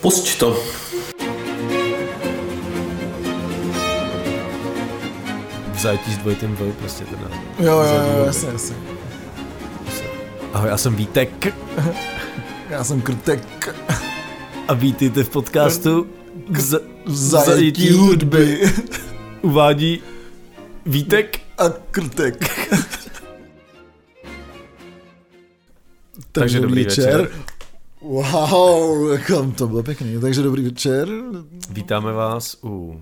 Pusť to. V zajetí s dvojitým V prostě teda. Jo, jasně. Ahoj, já jsem Vítek. Já jsem Krtek. A vítejte v podcastu V zajetí hudby. Uvádí Vítek A Krtek. Takže dobrý večer. Wow, jako to bylo pěkný. Takže dobrý večer. Vítáme vás u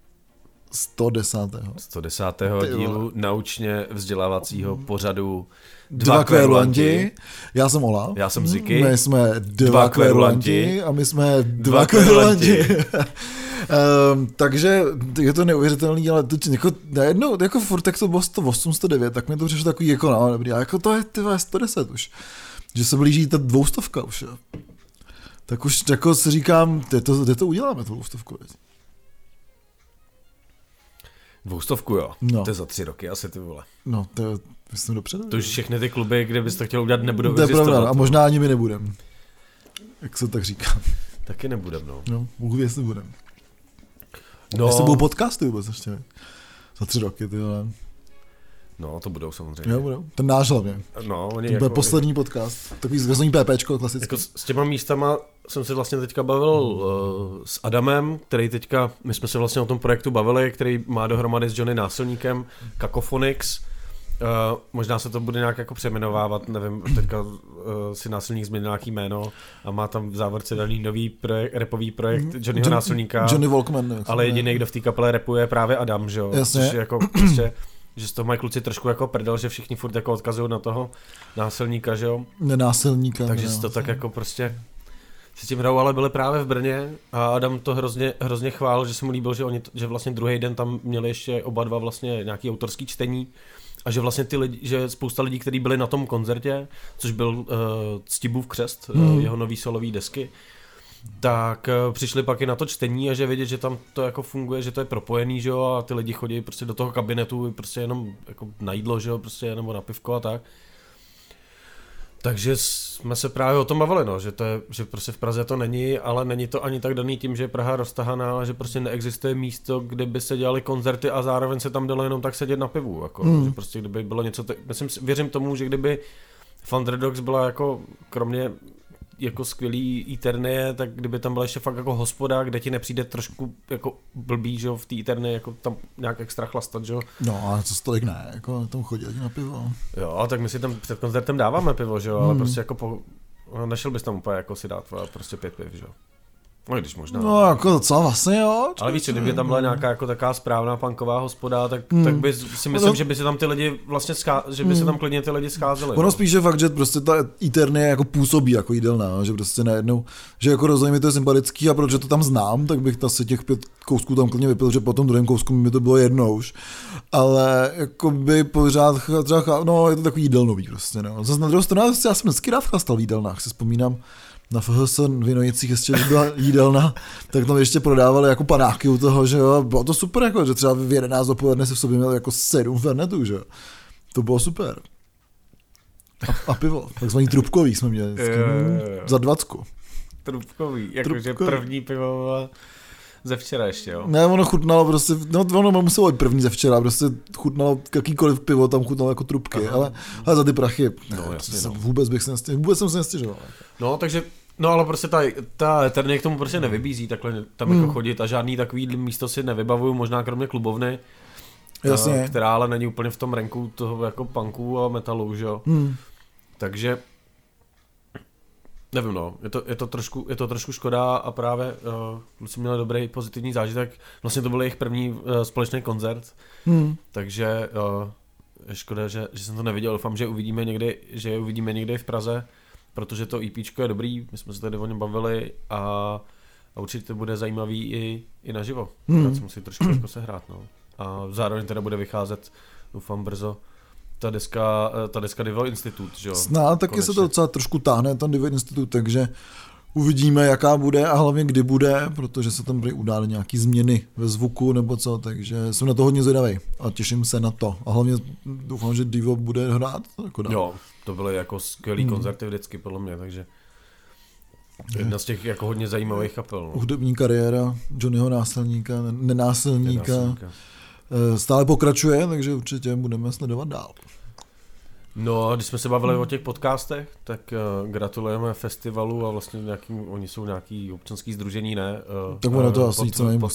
110. dílu naučně vzdělávacího pořadu Dva kvérulanti. Já jsem Ola. Já jsem Ziky. My jsme dva kvérulanti. kvérulanti a my jsme dva kvérulanti. kvérulanti. Takže je to neuvěřitelný, ale to jako najednou, jako furt, jak to bylo 108, 109, tak mi to přišlo takový jako, no dobrý, a jako to je 110 už. Že se blíží ta 200 už, jo. Tak už jako si říkám, kde to uděláme, tu 200. 200, jo. No. To je za 3 roky asi, ty vole. No, to je, myslím dopředu. To už všechny ty kluby, kde bys to chtěl udělat, nebudou to je existovat. pravda, a možná ani my nebudem. Jak se tak říká. Taky nebudem, no. No, Bůh ví, jestli budem. No, Jestli budou podcasty vůbec ještě. Za 3 roky, ty vole. no, to budou samozřejmě. Jo, budou. Ten náš hlavně. No, oni To bude poslední podcast. Takový zvězný PPčko, klasický. jako s těma místama jsem se vlastně teďka bavil s Adamem, který teďka, my jsme se vlastně o tom projektu bavili, který má dohromady s Johnny Násilníkem Cacophonics. Možná se to bude nějak jako přejmenovávat, nevím, teďka si Násilník změnil nějaký jméno a má tam v závorce daný nový rapový projekt Johnnyho Násilníka. Johnny Walkman. Ale jediný, kdo v té kapele rapuje, je právě Adam, že jo? Jasně. Což je jako prostě, že z toho mají kluci trošku jako prdel, že všichni furt jako odkazují na toho násilníka, že jo? Nenásilníka. Takže si to tak jako prostě si tím hrajou, ale byli právě v Brně a Adam to hrozně chválil, že se mu líbil, že vlastně druhý den tam měli ještě oba dva vlastně nějaký autorský čtení a že vlastně ty lidi, že spousta lidí, kteří byli na tom koncertě, což byl Ctibův křest, jeho nový solový desky, tak přišli pak i na to čtení a že vědět, že tam to jako funguje, že to je propojený, že jo, a ty lidi chodí prostě do toho kabinetu prostě jenom jako na jídlo, že jo, prostě nebo na pivko a tak. Takže jsme se právě o tom bavili, no, že prostě v Praze to není, ale není to ani tak daný tím, že je Praha roztahaná, ale že prostě neexistuje místo, kde by se dělaly koncerty a zároveň se tam dalo jenom tak sedět na pivu, jako, že prostě kdyby bylo něco, věřím tomu, že kdyby Thunderdogs byla jako kromě jako skvělý Eternie, tak kdyby tam byla ještě fakt jako hospoda, kde ti nepřijde trošku jako blbý, že jo, v té Eternie, jako tam nějak extra chlastat, že jo. No a co stolik ne, jako tam chodí na pivo. Jo, tak my si tam před koncertem dáváme pivo, že jo, ale prostě jako nešel bys tam úplně jako si dát prostě 5 piv, že jo. No když možná. No jako docela vlastně jo. Ale víš, kdyby tam byla nějaká jako taková správná punková hospoda, tak by si myslím, že by se tam ty lidi vlastně že by se tam klidně ty lidi scházeli. Ono spíš je fakt, že prostě ta Eternie jako působí jako jídelná, že prostě najednou, že jako rozhodně mi to je sympatický a protože to tam znám, tak bych asi těch 5 kousků tam klidně vypil, že po tom druhém kousku mi to bylo jedno už. Ale jako by pořád třeba, no je to takový jídelnový prostě, no. Zase na druhou stranu, já jsem vždycky rád chlastal v jídelnách, si vzpomínám. Na FHS v Vinojicích ještě byla jídelna, tak tam ještě prodávali jako panáky u toho, že jo, bylo to super, jako, že třeba v 11 dopoledne si v sobě měl jako 7 fernetů, že jo, to bylo super. A pivo, takzvaný trubkový jsme měli, za 20. Trubkový, jakože první pivo ze včera ještě, jo. Ne, ono chutnalo prostě, no ono muselo být první ze včera, prostě chutnalo jakýkoliv pivo, tam chutnalo jako trubky, ale za ty prachy, no, jasně, no. vůbec jsem se nestěžoval. No, takže, no ale prostě ta Eternie k tomu prostě nevybízí takhle tam jako chodit a žádný takový místo si nevybavuju, možná kromě klubovny, jasně. Která ale není úplně v tom ranku toho jako punku a metalu, že jo. Takže nevím, no, je to trošku škoda a právě kluci měli dobrý pozitivní zážitek. Vlastně to byl jejich první společný koncert, takže je škoda, že jsem to neviděl. Doufám, že je uvidíme někdy v Praze, protože to EPčko je dobrý, my jsme se tady o něm bavili a určitě bude zajímavý i naživo. Já se musí trošku jako sehrát, no. A zároveň teda bude vycházet, doufám brzo, ta deska Divo Institute, že jo? Taky konečně. Se to docela trošku táhne, ten Divo Institute, takže uvidíme, jaká bude a hlavně kdy bude, protože se tam udály nějaký změny ve zvuku nebo co, takže jsem na to hodně zvědavý a těším se na to. A hlavně doufám, že Divo bude hrát. Jako jo, to byly jako skvělý koncerty vždycky, podle mě, takže Jedna z těch jako hodně zajímavých kapel. No. Hudební kariéra Johnnyho násilníka, nenásilníka. Stále pokračuje, takže určitě budeme sledovat dál. No, když jsme se bavili o těch podcastech, tak gratulujeme festivalu a vlastně oni jsou nějaký občanský sdružení, ne? Tak ono to asi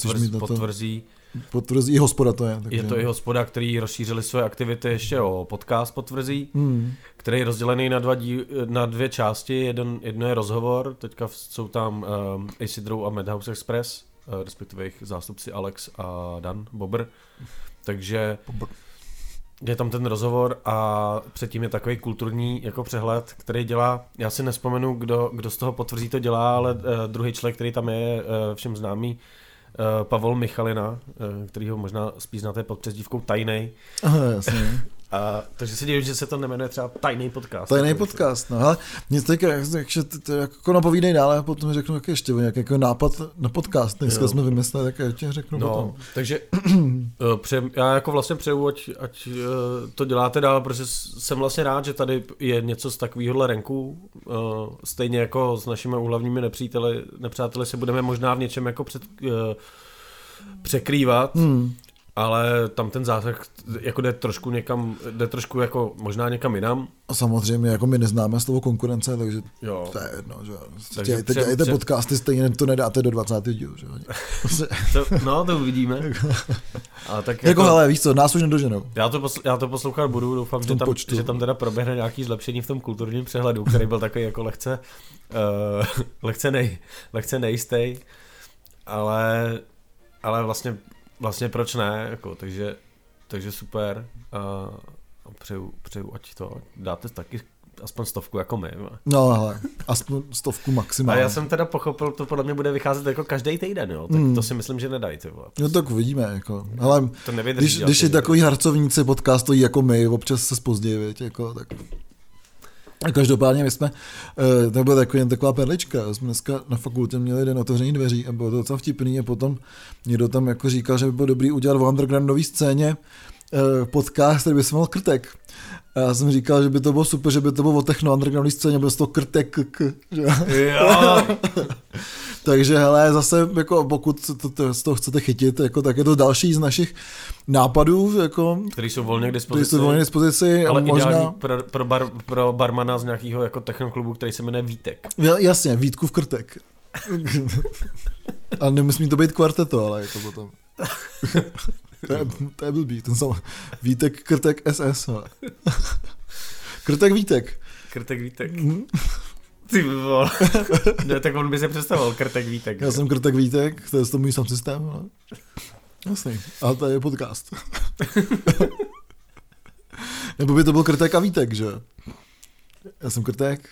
potvrzí i Hospoda to je. Takže... Je to i Hospoda, který rozšířili své aktivity ještě o podcast potvrzí, který je rozdělený na dvě části. Jedno je rozhovor, teďka jsou tam Isidro a Madhouse Express, respektive jejich zástupci Alex a Dan Bobr. Takže je tam ten rozhovor a předtím je takový kulturní jako přehled, který dělá, já si nespomenu, kdo z toho potvrzí to dělá, ale druhý člověk, který tam je všem známý, Pavol Michalina, který ho možná spíš znáte pod přezdívkou Tajnej. Aha, jasně. Takže si divím, že se to nemenuje třeba Tajný podcast. Tajný podcast, no ale mě teď jako napovídej dále a potom řeknu jak ještě nějaký jako nápad na podcast. Dneska jsme vymysleli, tak já ti řeknu potom. Takže já jako vlastně přeju, ať to děláte dál, protože jsem vlastně rád, že tady je něco z takovýhohle renku. Stejně jako s našimi hlavními nepřáteli se budeme možná v něčem jako překrývat. Ale tam ten zásah jako jde trošku jako možná někam jinam. A samozřejmě jako my neznáme slovo konkurence, takže jo. To je jedno, že teď dělejte podcasty, stejně to nedáte do 20. dílu, že? To uvidíme. A tak jako hele, víš co, nás už nedoženou. Já to poslouchat budu, doufám, že tam teda proběhne nějaký zlepšení v tom kulturním přehledu, který byl takový jako lehce nejistý, ale vlastně proč ne, jako, takže super a přeju, ať to dáte taky aspoň 100 jako my. No ale aspoň 100 maximálně. A já jsem teda pochopil, to podle mě bude vycházet jako každý týden, jo, tak to si myslím, že nedají, ty vole. No tak uvidíme, jako, ale to nevydrží, když je takový harcovníci podcastoví jako my, občas se zpozdí, víš, jako, tak... A každopádně my jsme, to byla taková perlička, jsme dneska na fakultě měli den otevření dveří a bylo to docela vtipný a potom někdo tam jako říkal, že by bylo dobrý udělat v undergroundové scéně podcast, který by se jmenoval Krtek. A já jsem říkal, že by to bylo super, že by to bylo o techno undergroundové scéně, bylo z toho Krtek. Takže hele, zase jako pokud z toho chcete chytit, jako, tak je to další z našich nápadů, jako, který jsou volně k dispozici, ale možná... ideální pro barmana z nějakého jako technoklubu, který se jmenuje Vítek. Jasně, Vítkův Krtek. A nemusí to být kvarteto, ale jako potom. To je blbý, ten sam. Vítek, Krtek, SS. Krtek, Vítek. Krtek, Vítek. Ty vole. Ne, tak on by se představoval Krtek, Vítek. Já jsem Krtek, Vítek, to je to můj sam systém. Ale... Jasný, ale to je podcast. Nebo by to byl Krtek a Vítek, že? Já jsem Krtek.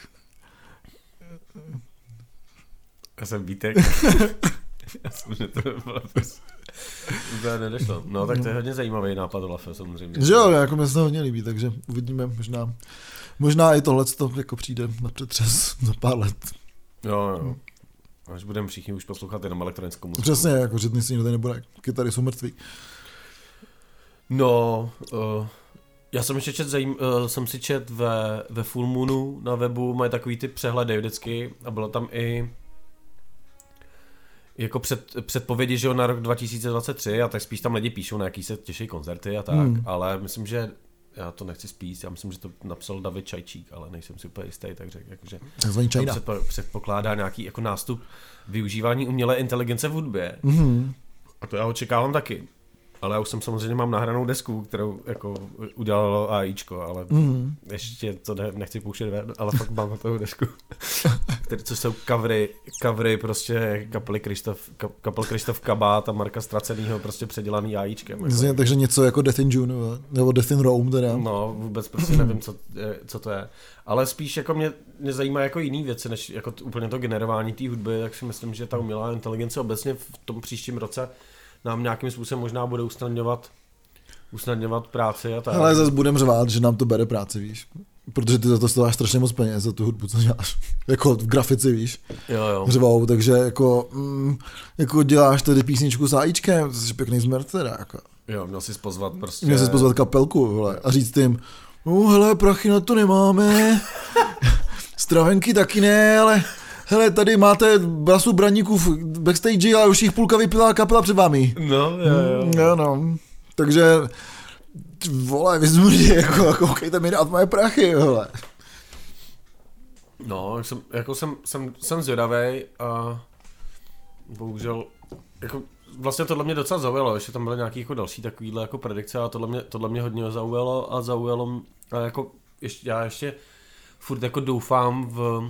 Já jsem Vítek. Já jsem, že to bylo to nedošlo. No tak to je hodně zajímavý nápad Olafe, samozřejmě. Že jo, jako mi se to hodně líbí, takže uvidíme, možná i tohle jako přijde na přetřes za pár let. Jo. Až budeme všichni už poslouchat jenom elektronickou muziku. Přesně, jako že dnes nikdo nebude, kytary jsou mrtví. No, já jsem ještě jsem si čet ve Full Moonu na webu, mají takový ty přehledy vždycky a bylo tam i jako předpovědi, že na rok 2023 a tak spíš tam lidi píšou na jaký se těší koncerty a tak, ale myslím, že já to nechci spíst, já myslím, že to napsal David Čajčík, ale nejsem si úplně jistý, tak řekl, že předpokládá nějaký jako nástup využívání umělé inteligence v hudbě. A to já očekávám taky. Ale já už jsem samozřejmě mám nahranou desku, kterou jako udělalo AIčko, ale ještě to nechci pouštět ven, ale fakt mám na toho desku. Což jsou covery prostě kapel Krištof Kabát a Marka Stracenýho prostě předělaný AIčkem. Jako. Takže něco jako Death in June, nebo Death in Rome teda. No, vůbec prostě nevím, co to je. Ale spíš jako mě zajímá jako jiný věci, než jako úplně to generování té hudby, tak si myslím, že ta umělá inteligence obecně v tom příštím roce nám nějakým způsobem možná bude usnadňovat práci a tak. Ale zase budeme řvát, že nám to bere práci, víš. Protože ty za to stojáš strašně moc peněz za tu hudbu, co děláš. Jako v grafici, víš. Jo. Řvou, takže jako děláš tady písničku s AIčkem, to jsi pěkný zmrt teda, jako. Jo, měl jsi pozvat prostě. Měl jsi pozvat kapelku, vole, a říct jim, hele, prachy na to nemáme, stravenky taky ne, ale hele, tady máte basu braníků v backstage, ale už jich půlka vypila kapela před vámi. No, jo. No. Takže, vole, vyzmudí, jako koukejte mi dát moje prachy, hele. No, jsem zvědavej a bohužel, jako vlastně tohle mě docela zaujalo, ještě tam byly nějaký jako další takovýhle jako predikce a tohle mě hodně zaujalo a jako já ještě furt jako doufám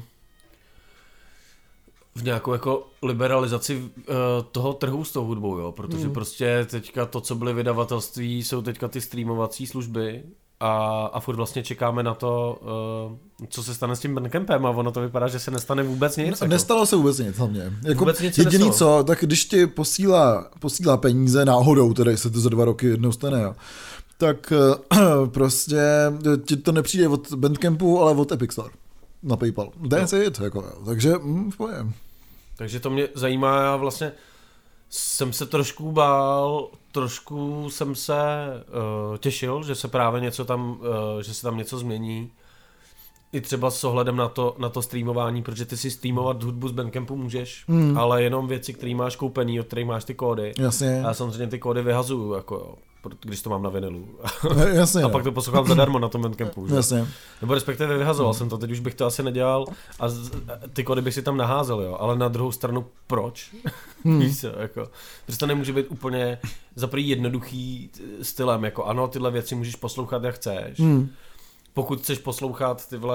v nějakou jako liberalizaci toho trhu s tou hudbou, jo, protože prostě teďka to, co byly vydavatelství, jsou teďka ty streamovací služby a furt vlastně čekáme na to, co se stane s tím Bandcampem a ono to vypadá, že se nestane vůbec nic. Nestalo se vůbec nic hlavně. Jako vůbec nic jediný co, tak když ti posílá peníze náhodou, tedy se to za 2 roky jednou stane, jo, tak prostě ti to nepřijde od Bandcampu, ale od Epic Store na PayPal. That's it, jako, takže pojem. Takže to mě zajímá, já vlastně jsem se trošku bál, trošku jsem se těšil, že se právě něco tam, že se tam něco změní. I třeba s ohledem na to streamování, protože ty si streamovat hudbu z Bandcampu můžeš, ale jenom věci, které máš koupený, od kterých máš ty kódy. Jasně. A já samozřejmě ty kódy vyhazuju, jako když to mám na vinilu. Jasně. A pak to poslouchám zadarmo na tom Bandcampu. Jasně. Nebo respektive vyhazoval jsem to, teď už bych to asi nedělal a ty kódy bych si tam naházel, jo. Ale na druhou stranu proč? Víš co, jako. Protože to nemůže být úplně za první jednoduchý stylem, jako ano, tyhle věci můžeš poslouchat jak chceš. Pokud chceš poslouchat ty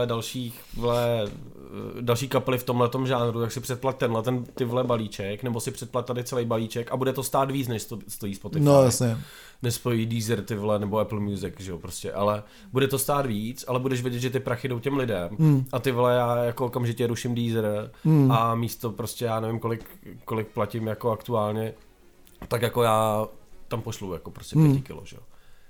další kapely v tomhletom žánru, tak si předplat ty balíček, nebo si předplat tady celý balíček a bude to stát víc, než stojí Spotify. No jasně. Nespojí Deezer nebo Apple Music, že jo, prostě, ale bude to stát víc, ale budeš vědět, že ty prachy jdou těm lidem a já jako okamžitě ruším Deezer a místo prostě já nevím kolik platím jako aktuálně, tak jako já tam pošlu jako prostě 5 kilo, že jo.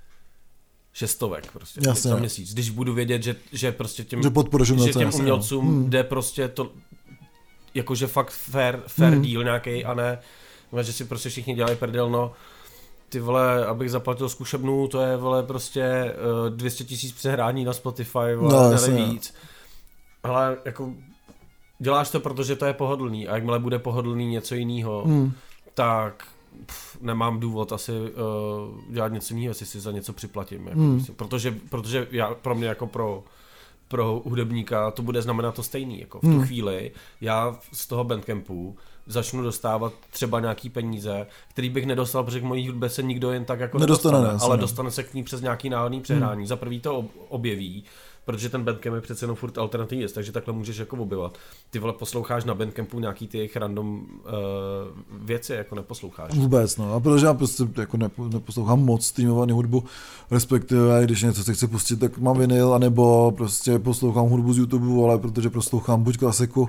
600 prostě za měsíc, když budu vědět, že prostě těm umělcům jde prostě to jakože fakt fair deal nějaký a ne, že si prostě všichni dělají prdel, no ty vole, abych zaplatil zkušebnu, to je vole prostě 200 000 přehrání na Spotify, vole, víc. Ale jako děláš to, protože to je pohodlný a jakmile bude pohodlný něco jiného, tak nemám důvod asi dělat něco jiného, jestli si za něco připlatím. Jako, protože pro mě jako pro hudebníka to bude znamenat to stejný. Jako v tu chvíli já z toho Bandcampu začnu dostávat třeba nějaký peníze, který bych nedostal, protože k mojí hudbě se nikdo jen tak jako nedostane, ale dostane se k ní přes nějaký náhodný přehrání. Za prvý to objeví, protože ten Bandcamp je přece jenom furt alternativní, takže takhle můžeš jako objevovat. Ty vole posloucháš na Bandcampu nějaký ty jejich random věci, jako neposloucháš. Vůbec, no. A protože já prostě jako neposlouchám moc streamovaný hudbu, respektive když něco se chci pustit, tak mám vinyl, anebo prostě poslouchám hudbu z YouTube, ale protože poslouchám buď klasiku,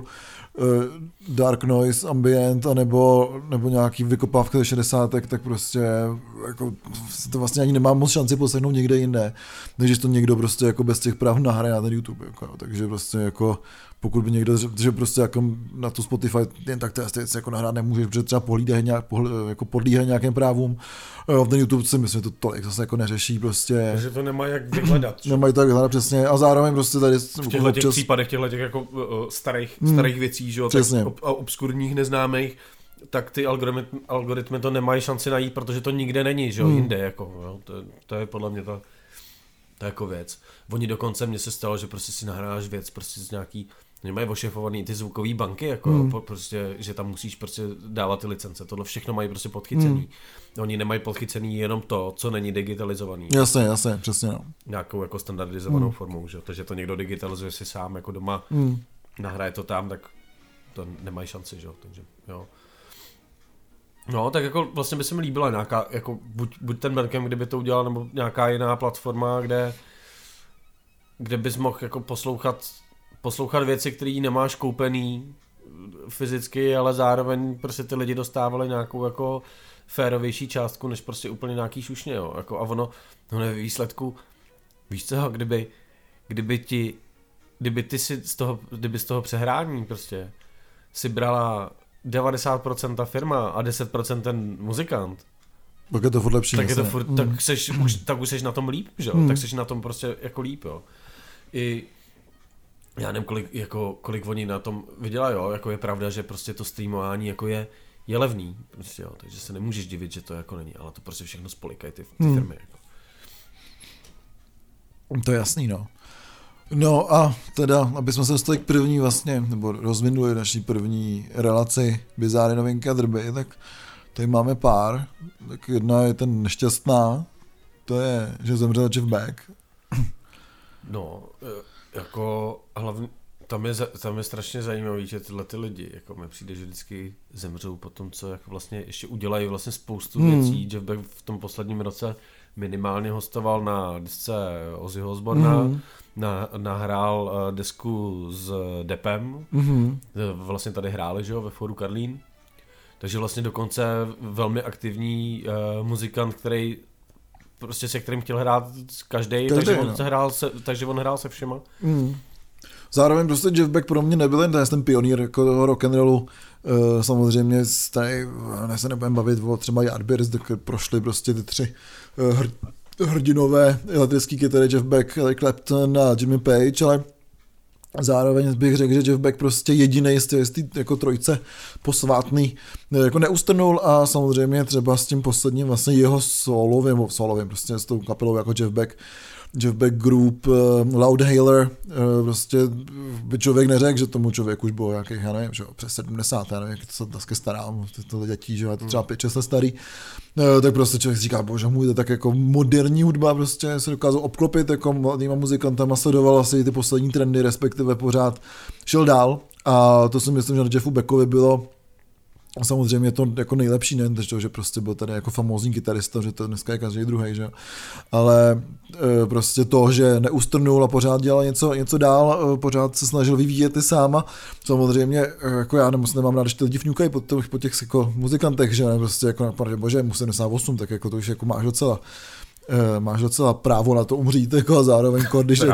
dark noise, ambient, anebo nějaký vykopávky ze 60, tak prostě jako to vlastně ani nemám moc šanci poslechnout někde jinde, než to někdo prostě jako bez těch práv nahraje na ten YouTube, jako, takže prostě pokud by někdo, že prostě jako na tu Spotify jen tak ty jako nahrát nemůžeš, protože třeba podlíhají nějakým právům, v ten YouTube si myslím, že to tolik zase jako neřeší prostě. Takže to nemají jak vyhledat. Nemají to jak vyhledat přesně a zároveň prostě tady v těchto případech, těch jako starých věcí, že jo, obskurních neznámých, tak ty algoritmy to nemají šanci najít, protože to nikde není, že jo, jinde, jako, jo, to je podle mě to jako věc. Oni dokonce mně se stalo, že prostě si nahráš věc prostě z nějaký, nemají ošefovaný ty zvukové banky, jako prostě, že tam musíš prostě dávat ty licence, tohle všechno mají prostě podchycený. Oni nemají podchycený jenom to, co není digitalizovaný. Jasně, přesně, no. Nějakou jako standardizovanou formou, že? Takže to někdo digitalizuje si sám jako doma, nahraje to tam, tak to nemají šanci, že? Takže jo. No, tak jako vlastně by se mi líbila nějaká, jako buď ten Bandcamp, kdyby to udělal, nebo nějaká jiná platforma, kde bys mohl jako poslouchat věci, které nemáš koupený fyzicky, ale zároveň prostě ty lidi dostávali nějakou jako férovější částku, než prostě úplně nějaký šušně, jo. Jako, a ono ve výsledku, víš co, kdyby ty si z toho přehrání prostě si brala 90% ta firma a 10% ten muzikant, tak je to furt lepší. Tak je to furt, tak už seš na tom líp, že jo? Tak seš na tom prostě jako líp, jo. já nevím, kolik oni na tom vydělají, jo, jako je pravda, že prostě to streamování jako je levný, prostě, jo, takže se nemůžeš divit, že to jako není, ale to prostě všechno spolikají ty firmy. Jako. To je jasný, no. No a teda, aby jsme se dostali k první vlastně, nebo rozvinuli naší první relaci Bizáry, novinky a drby, tak tady máme pár, tak jedna je ten nešťastná, to je, že zemřel Jeff Beck. No, jako hlavně, tam je strašně zajímavý, že tyhle ty lidi, jako mi přijde, že vždycky zemřou po tom, co jako vlastně ještě udělají vlastně spoustu věcí. Jeff Beck v tom posledním roce minimálně hostoval na desce Ozzyho Osborna, nahrál desku s Deppem, vlastně tady hráli, že jo, ve Fóru Karlín, takže vlastně dokonce takže aktivní muzikant, který prostě se kterým chtěl hrát každý, takže on hrál se všema. Zároveň prostě Jeff Beck pro mě nebyl jen ten pionýr jako toho rock'n'rollu. Samozřejmě tady se nebudeme bavit o třeba Yardbirds, kde prošly prostě ty tři hrdinové elektrický kytary Jeff Beck, Eric Clapton a Jimmy Page, ale zároveň bych řekl, že Jeff Beck prostě jedinej z té jako trojce posvátný jako neustrnul a samozřejmě třeba s tím posledním vlastně jeho solovým prostě s tou kapelou jako Jeff Beck Group, Loudhailer, prostě by člověk neřekl, že tomu člověk už bylo nějakých, já nevím, že přes 70, já nevím, jak to se dneska stará, tyhle dětí, že je to třeba 5-6 let starý, tak prostě člověk si říká, bože můj, to tak jako moderní hudba, prostě se dokázal obklopit jako mladýma muzikantama, sledoval asi ty poslední trendy, respektive pořád šel dál a to si myslím, že na Jeffu Beckovi bylo samozřejmě to jako nejlepší, ne, že prostě byl tady jako famózní kytarista, že to dneska je každý druhý, že, ale prostě to, že neustrnul a pořád dělal něco dál, pořád se snažil vyvíjet ty sáma, samozřejmě jako já nemám rád, že ty lidi fňukají po těch jako muzikantech, že ne, prostě jako napadne, bože, mu 78, tak jako to už jako máš docela právo na to umřít, jako a zároveň,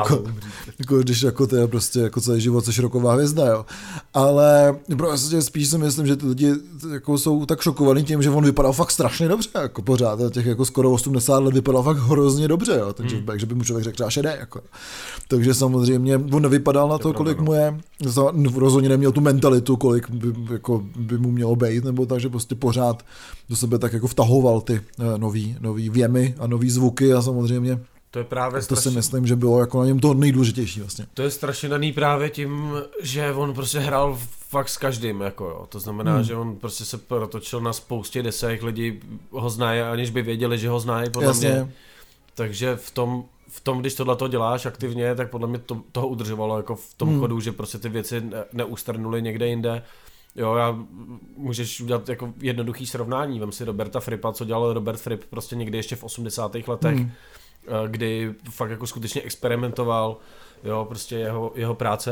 když jako to je prostě jako celý život seš rocková hvězda, jo. Ale prostě spíš si myslím, že ty lidi jako jsou tak šokovaní tím, že on vypadal fakt strašně dobře, jako pořád, těch jako skoro 80 let vypadal fakt hrozně dobře, jo. Takže by mu člověk řekl třeba šedé, jako. Takže samozřejmě on nevypadal na to, kolik mu je, rozhodně neměl tu mentalitu, kolik by mu mělo být, nebo takže prostě pořád do sebe tak jako vtahoval ty nový věmy a nový zvuky a samozřejmě to je právě to si myslím, že bylo jako na něm to nejdůležitější vlastně. To je strašně daný právě tím, že on prostě hrál fakt s každým, jako jo. To znamená, že on prostě se protočil na spoustě desek, lidi ho znají, aniž by věděli, že ho znají, podle mě. Takže v tom, když tohleto děláš aktivně, tak podle mě toho udržovalo jako v tom chodu, že prostě ty věci neustrnuly někde jinde. Jo, můžeš udělat jako jednoduchý srovnání, vem si Roberta Frippa, co dělal Robert Fripp prostě někdy ještě v 80. letech, kdy fakt jako skutečně experimentoval, jo, prostě jeho práce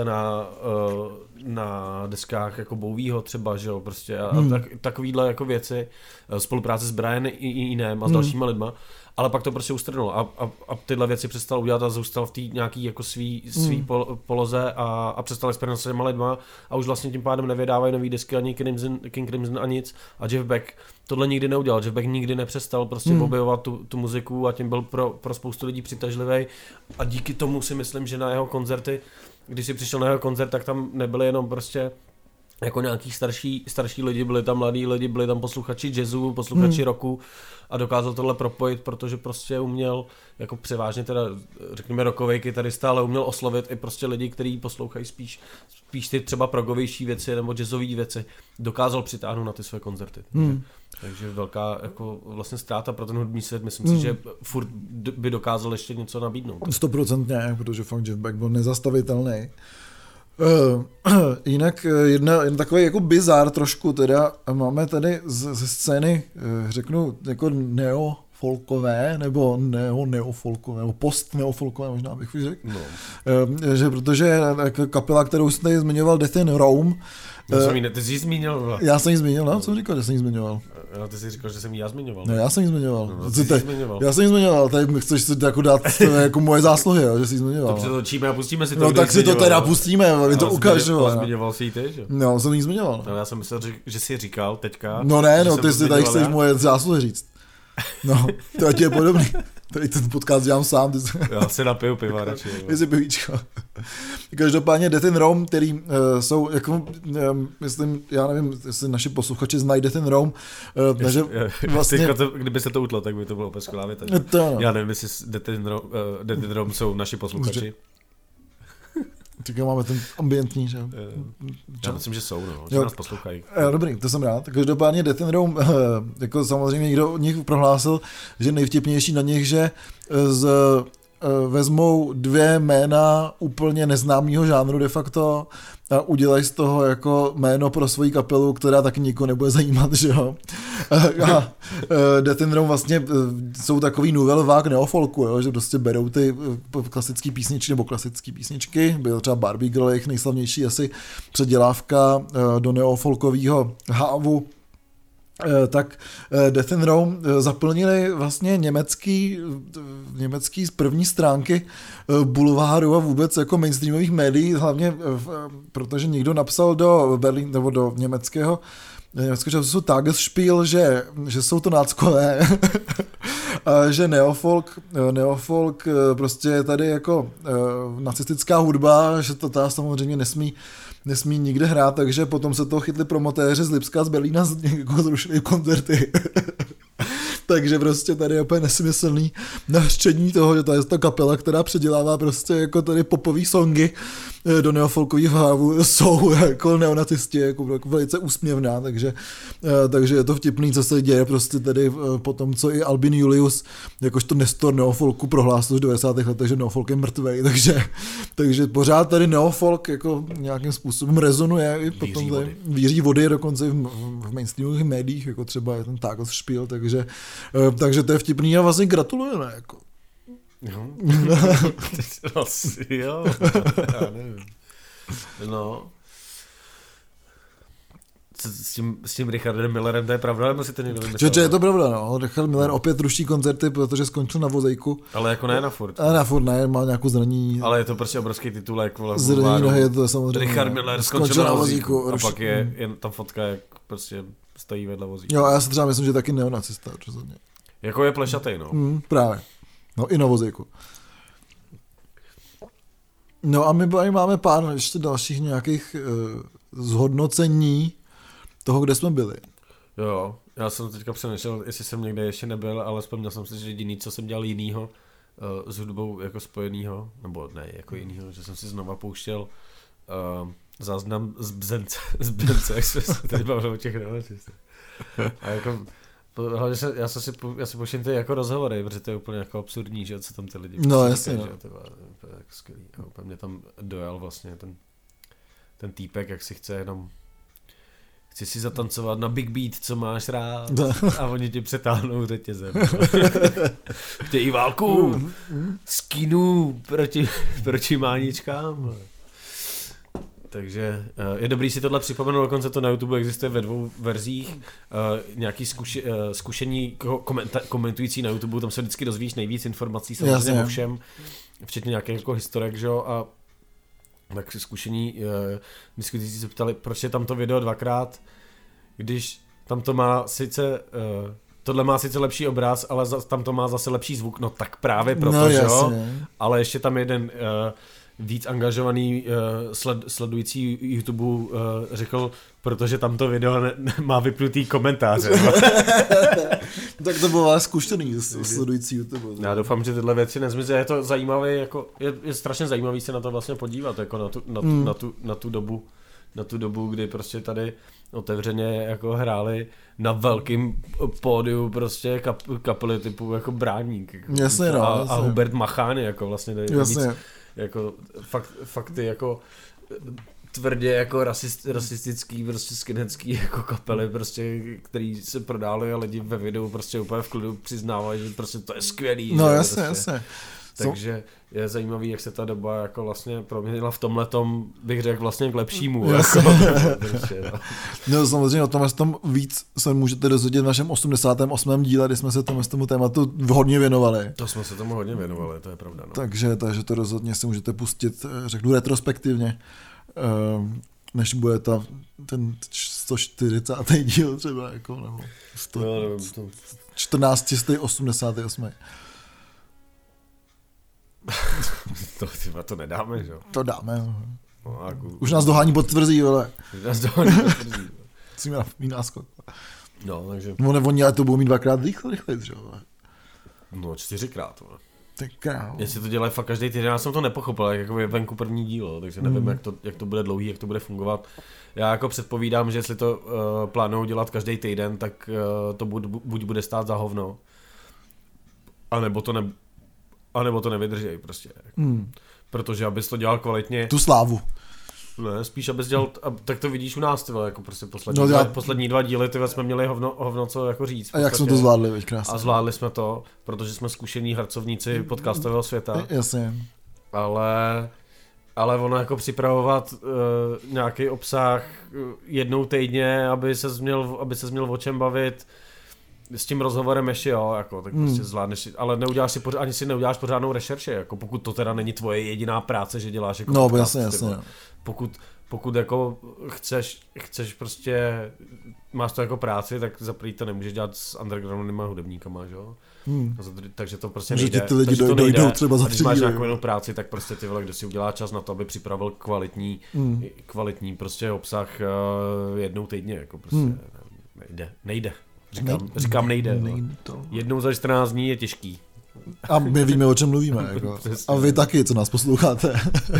na deskách jako Bowieho třeba, že jo, prostě a takovýhle jako věci, spolupráce s Brianem i jiným a s dalšíma lidma, ale pak to prostě ustrnulo a tyhle věci přestal udělat a zůstal v té nějaký jako svý poloze a přestal experimentovat s těma lidma a už vlastně tím pádem nevydávají nový desky ani King Crimson a nic a Jeff Beck tohle nikdy neudělal. Jeff Beck nikdy nepřestal prostě objevovat tu muziku a tím byl pro spoustu lidí přitažlivý a díky tomu si myslím, že na jeho koncerty, když si přišel na jeho koncert, tak tam nebyly jenom prostě jako nějaký starší lidi, byli tam mladí lidi, byli tam posluchači jazzu, posluchači rocku a dokázal tohle propojit, protože prostě uměl, jako převážně teda řekněme rockovej kytarista, ale uměl oslovit i prostě lidi, kteří poslouchají spíš ty třeba progovější věci nebo jazzové věci, dokázal přitáhnout na ty své koncerty. Takže velká jako vlastně ztráta pro ten hudební svět, myslím si, že furt by dokázal ještě něco nabídnout. 100%, protože fakt Jeff Beck byl nezastavitelný. Jinak jedna takový jako bizár trošku teda, máme tady ze scény, řeknu, jako neofolkové, nebo neofolkové, nebo post-neofolkové, možná bych už řekl. No. Že protože kapela, kterou jsi tady zmiňoval, Death in Rome, ty jsi ji zmínil. Já jsem ji zmínil, no? Co jsem říkal, že jsem ji zmiňoval? No, ty jsi říkal, že jsem ji já zmiňoval. No, já jsem ji zmiňoval. No, zmiňoval. Já jsem ji zmiňoval, tady chceš si jako dát jako moje zásluhy, jo, že jsi ji zmiňoval. To přetočíme a pustíme si to. No tak si to teda pustíme, mi to ukážu. Ale zmiňoval jsi ji ty, že? No, jsem ji zmiňoval. No, já jsem myslel, že jsi říkal teďka. No ne, no, ty si tady chceš moje zásluhy říct. No, to ať je podobný. Tady ten podcast dělám sám. Já si napiju piva radši. Jestli pivíčko. Každopádně Death in Rome, který jsou, jako, myslím, já nevím, jestli naši posluchači znají Death in Rome, takže vlastně... Kdyby se to utlo, tak by to bylo úplně skvělá věta. No. Já nevím, jestli Death in Rome jsou naši posluchači. Tak máme ten ambientní, že? Já myslím, že jsou, no, že nás poslouchají. Dobrý, to jsem rád. Každopádně Death in Rome, jako samozřejmě někdo od nich prohlásil, že nejvtipnější na nich, že vezmou 2 jména úplně neznámého žánru de facto a udělají z toho jako jméno pro svoji kapelu, která taky nikoho nebude zajímat, že jo. A Death in Rome vlastně jsou takový nouvelle vague neofolku, jo, že prostě berou ty klasické písničky nebo klasické písničky, byl třeba Barbie Girl, jejich nejslavnější asi předělávka do neofolkového hávu. Tak Death in Rome zaplnili vlastně německý z první stránky bulváru a vůbec jako mainstreamových médií, hlavně protože někdo napsal do Berlín nebo do německého časopisu Tagesspiel, že jsou to náckové, a že neofolk prostě je tady jako nacistická hudba, že to ta samozřejmě nesmí nikde hrát, takže potom se toho chytli promotéři z Lipska, z Berlína, jako zrušili koncerty. Takže prostě tady je úplně nesmyslný nařčení toho, že to je ta kapela, která předělává prostě jako tady popový songy do neofolkových hávu, jsou jako neonacisti, jako velice úsměvná, takže je to vtipný, co se děje prostě tady po tom, co i Albin Julius, jakožto nestor neofolku prohlásil v 90. letech, že neofolk je mrtvej, takže pořád tady neofolk jako nějakým způsobem rezonuje i potom víří vody dokonce v mainstreamových médiích, jako třeba je ten Tagesspiel, takže to je vtipný a vlastně gratulujeme, jako. Jo. Asi jo. Já nevím. No. S tím Richardem Millerem to je pravda, nebo si to někdo vymyslel? Je to pravda, no. Richard Miller opět ruší koncerty, protože skončil na vozejku. Ale jako ne na furt. A na furt ne, má nějakou zranění. Ale je to prostě obrovský titulek. Zranění nohy je to samozřejmě. Richard Miller skončil na vozíku. A pak je tam fotka, jak prostě stojí vedle vozíku. Jo, a já si třeba myslím, že taky neonacista, rozhodně. Jako je plešatej, no. Právě. No i na vozíku. No a my máme pár ještě dalších nějakých zhodnocení toho, kde jsme byli. Jo, já jsem teďka přemýšlel, jestli jsem někde ještě nebyl, ale vzpomněl jsem si, že jediný, co jsem dělal jinýho s hudbou jako spojenýho, nebo ne, jako jinýho, že jsem si znova pouštěl záznam z Bzence, jak jsme se tady bavili o těch neonacistech. A jako hlavně já si pouštím ty jako rozhovory, protože to je úplně jako absurdní, že co tam ty lidi. No jasně. To je jako skvělý. A úplně mě tam dojal vlastně ten týpek, jak si chce chci si zatancovat na Big Beat, co máš rád, a oni ti přetáhnou řetězem. Chtějí válku, skinu proti máničkám. Takže je dobrý si tohle připomenout, dokonce to na YouTube existuje ve 2 verzích, nějaký zkušení komentující na YouTube, tam se vždycky dozvíš nejvíc informací, samozřejmě o všem, včetně nějakých jako historek, že jo, a tak zkušení diskutující se ptali, proč je tam to video 2krát, když tam to má sice, tohle má sice lepší obraz, ale tam to má zase lepší zvuk, no tak právě proto, že jo, ale ještě tam jeden víc angažovaný sledující YouTube řekl, protože tam to video má vypnutý komentáře. No. Tak to bylo zkušený sledující YouTube. Já doufám, že tyhle věci nezmizí. Je to zajímavé, jako, je strašně zajímavý se na to vlastně podívat, jako na tu dobu, kdy prostě tady otevřeně jako hráli na velkým pódiu prostě kapely typu jako Bráník. Jako, jasně, no, a Hubert Machány, jako vlastně víc, jako fakt ty jako tvrdě jako rasistický, prostě skinheadský jako kapely, prostě, který se prodály a lidi ve videu prostě úplně v klidu přiznávají, že prostě to je skvělý. No že, jasně, prostě. jasně. Takže je zajímavý, jak se ta doba jako vlastně proměnila v tomhletom, bych řekl, vlastně k lepšímu. No samozřejmě o tom víc se můžete dozvědět v našem 88. díle, kdy jsme se tomu tématu hodně věnovali. To jsme se tomu hodně věnovali, to je pravda. No. Takže to rozhodně si můžete pustit, řeknu retrospektivně. než bude ten 140. díl třeba, jako, nebo 14. 88. To nedáme, že jo? To dáme. No, jako... Už nás dohání potvrzí, vole. Musíme mít náskok. No, takže... No oni ale to budou mít 2x rychleji, že jo? No, 4x, vole. Tak král. Jestli to dělají fakt každý týden, já jsem to nepochopil, jako je venku první dílo, takže nevím, jak to bude dlouhý, jak to bude fungovat. Já jako předpovídám, že jestli to plánují dělat každý týden, tak to buď bude stát za hovno, anebo to nevydrží prostě. Protože abys to dělal kvalitně. Tu slávu. Ne, spíš abys dělal, tak to vidíš u nás, tyhle, jako prostě poslední 2 díly, tyhle jsme měli hovno co jako říct. A jak jsme to zvládli, veď krásně. A zvládli jsme to, protože jsme zkušení harcovníci podcastového světa. Jasně. Ale ono jako připravovat nějaký obsah jednou týdně, aby se měl o čem bavit, s tím rozhovorem ještě jo, jako, tak prostě zvládneš, ale ani si neuděláš pořádnou rešerši, jako pokud to teda není tvoje jediná práce, že děláš jako no, podcast, jasně. Pokud jako chceš prostě, máš to jako práci, tak za první to nemůžeš dělat s undergroundnýma hudebníkama, že jo? Takže to prostě nejde. Ty lidi dojdou třeba za 3 Když máš nějakou jinou práci, tak prostě ty vole, kdo si udělá čas na to, aby připravil kvalitní prostě obsah jednou týdně, jako prostě nejde. Říkám nejde. Jednou za 14 dní je těžký. A my víme, o čem mluvíme. Jako. A vy taky, co nás posloucháte.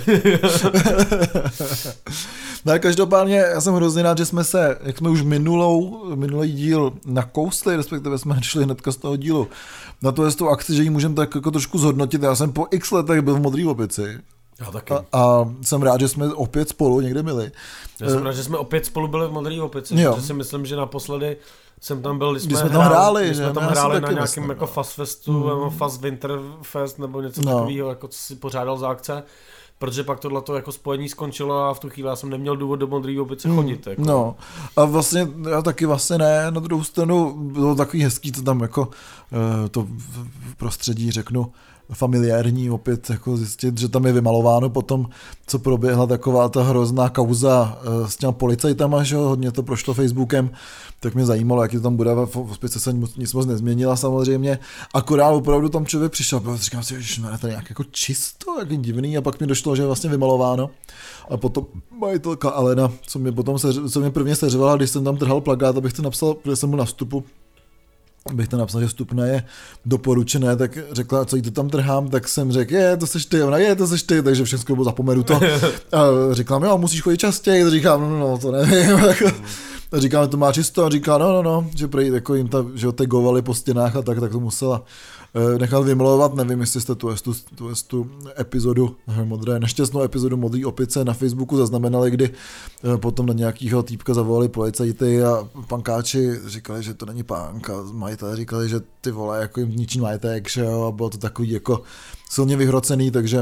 No každopádně, já jsem hrozně rád, že jsme se, jak jsme už minulý díl nakousli, respektive jsme šli hnedka z toho dílu, na to je s tou akci, že ji můžeme tak jako trošku zhodnotit. Já jsem po x letech byl v Modrý opici. Já taky. A jsem rád, že jsme opět spolu někde byli. Já jsem rád, že jsme opět spolu byli v Modrý opici, protože si myslím, že naposledy jsem tam byl, když jsme tam hráli, jsme tam hráli na nějakém jako Fast Festu, nebo Fast Winter Fest, nebo něco takového, jako co si pořádal za akce, protože pak tohleto jako spojení skončilo a v tu chvíli já jsem neměl důvod do Modrý opice chodit. Jako. No a vlastně já taky vlastně ne, na druhou stranu bylo takový hezký, to tam jako to v prostředí řeknu, familiární opět jako zjistit, že tam je vymalováno potom, co proběhla taková ta hrozná kauza s těma policajtama, že hodně to prošlo Facebookem, tak mě zajímalo, jak to tam bude, v hospice se nic moc nezměnila samozřejmě, akorát opravdu tam člověk přišel, říkám si, že to je nějak jako čisto, jak divný, a pak mi došlo, že je vlastně vymalováno a potom majitelka Alena, co mě prvně seřvala, když jsem tam trhal plakát, abych to napsal, protože jsem byl na vstupu, bych to napsal, že vstupné je doporučené, tak řekla, co jí to tam trhám, tak jsem řekl, to seš ty, ona to seš ty, takže všechno bylo zapomenu to. A říkám, jo, musíš chodit častěji, říkám, no, to nevím. A říkám, to má čisto, a říká, no, že prý jako jim že tagovali po stěnách a tak to musela nechat vymalovat, nevím, jestli jste tu epizodu nešťastnou epizodu Modrý opice na Facebooku zaznamenali, kdy potom na nějakýho týpka zavolali policajty a pankáči říkali, že to není pánk, a majitelé říkali, že ty vole jako jim ničí majetek, že jo, a bylo to takový jako silně vyhrocený, takže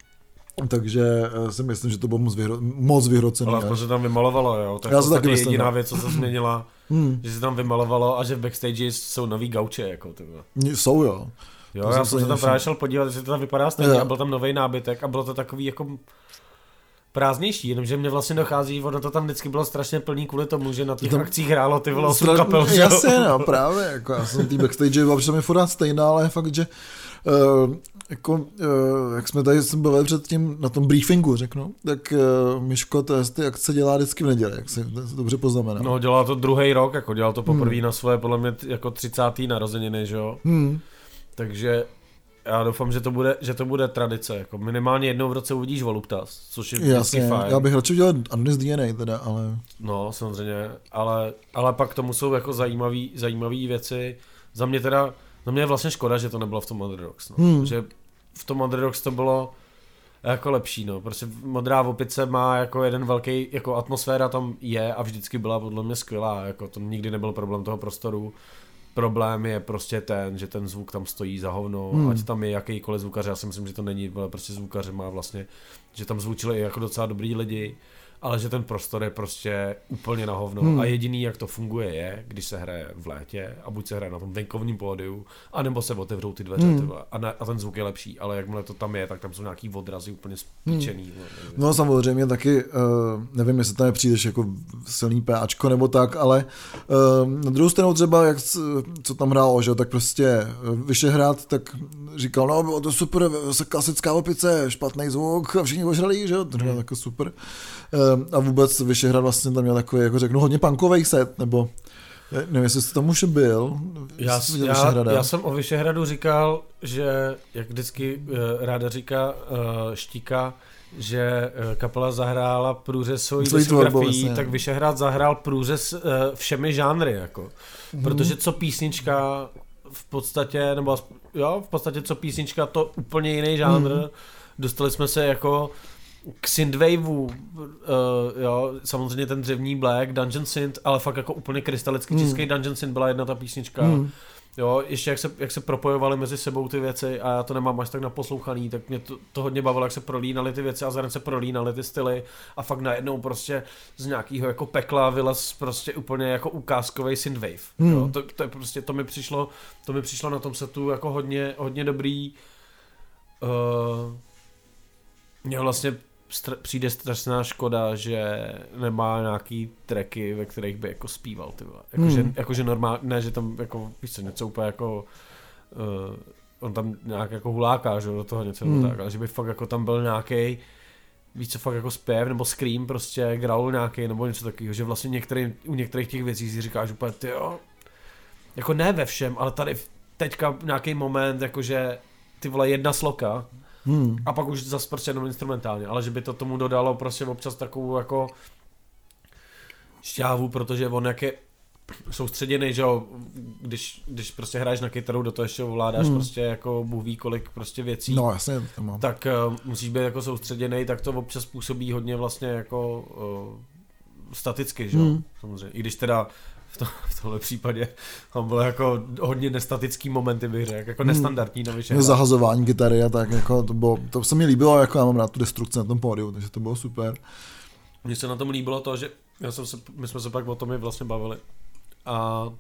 si myslím, že to bylo moc vyhrocený. Ale se tam vymalovalo, jo? To je taky jediná věc, co se změnila, že se tam vymalovalo a že v backstage jsou nový gauče, jako ty. Jsou, jo. Jo, já jsem se tam právě šel podívat, jestli to tam vypadá stejně, a byl tam nový nábytek a bylo to takový jako prázdnější, jenomže mě vlastně dochází, ono to tam vždycky bylo strašně plný kvůli tomu, že na těch akcích hrálo ty vole 8 kapel. Jasně, no, právě, jako já jsem tý backstage, protože mi furt stejná, ale je fakt, že jak jsme tady byli předtím na tom briefingu, řeknu, tak Miško ty akce dělá vždycky v neděli, jak si dobře poznamenal. No, dělá to druhý rok, jako dělal to poprvé na svoje, podle mě, jako 30. narozeniny, že jo? Takže já doufám, že to bude tradice, jako minimálně jednou v roce uvidíš Voluptas, což je vždycky fajn. Já bych radši udělal Andres DNA teda, ale... No, samozřejmě, ale pak tomu jsou jako zajímavý věci. Za mě je vlastně škoda, že to nebylo v tom Underdogs, no. Že v tom Underdogs to bylo jako lepší, no. Prostě Modrá opice má jako jeden velký, jako atmosféra tam je a vždycky byla podle mě skvělá, jako to nikdy nebyl problém toho prostoru. Problém je prostě ten, že ten zvuk tam stojí za hovno, ať tam je jakýkoliv zvukař, já si myslím, že to není, ale prostě zvukař má vlastně, že tam zvučili jako docela dobrý lidi ale že ten prostor je prostě úplně na hovno a jediný, jak to funguje, je, když se hraje v létě a buď se hraje na tom venkovním pódiu, anebo se otevřou ty dveře a ten zvuk je lepší, ale jakmile to tam je, tak tam jsou nějaký odrazy úplně spíčený. No samozřejmě taky, nevím, jestli tam přijdeš jako silný PAčko nebo tak, ale na druhou stranu třeba, co tam hrálo, že tak prostě Vyšehrad, tak říkal, no bylo to super, klasická opice, špatný zvuk a všichni ožralí, že jo, to říkal jako super. A vůbec Vyšehrad vlastně tam měl takový, jako řeknu, hodně punkovej set, nebo nevím, jestli jsi tam už byl. Já jsem o Vyšehradu říkal, že jak vždycky ráda říká Štíka, že kapela zahrála průřez svojí diskografií, tak Vyšehrad zahrál průřez všemi žánry, jako. Protože co písnička v podstatě, nebo jo, v podstatě co písnička, to úplně jiný žánr. Dostali jsme se jako k synthwaveu, jo, samozřejmě ten dřevní Black, Dungeon Synth, ale fakt jako úplně krystalicky český Dungeon Synth byla jedna ta písnička. Jo, ještě jak se propojovaly mezi sebou ty věci a já to nemám až tak naposlouchaný, tak mě to hodně bavilo, jak se prolínaly ty věci a zároveň se prolínaly ty styly a fakt najednou prostě z nějakého jako pekla vylez prostě úplně jako ukázkovej synthwave. Jo, to je prostě, to mi přišlo na tom setu jako hodně dobrý. Mně vlastně přijde strašná škoda, že nemá nějaký tracky, ve kterých by jako zpíval, ty vole. Jakože normálně, ne, že tam jako, víš co, něco úplně jako on tam nějak jako huláká, že do toho něco tak, ale že by fakt jako tam byl nějaký, víš co, fakt jako zpěv nebo scream, prostě growl nějaký nebo něco takového, že vlastně u některých těch věcí si říkáš úplně, tyjo, jako ne ve všem, ale tady teďka nějaký moment, jakože ty vole jedna sloka, a pak už zase prostě jenom instrumentálně, ale že by to tomu dodalo prostě občas takovou jako šťávu, protože on jak je soustředěný, že jo, když prostě hraješ na kytaru, do toho ještě ovládáš prostě jako Bůh ví kolik prostě věcí, no, jasně, to mám. Tak musíš být jako soustředěný, tak to občas působí hodně vlastně jako staticky, že jo, samozřejmě, i když teda v tomhle případě tam bylo jako hodně nestatický momenty, bych řekl, jako nestandardní na Vyšehrad. Zahazování kytary a tak, jako to se mi líbilo, jako já mám rád tu destrukci na tom pódiu, takže to bylo super. Mně se na tom líbilo to, že my jsme se pak o tom i vlastně bavili a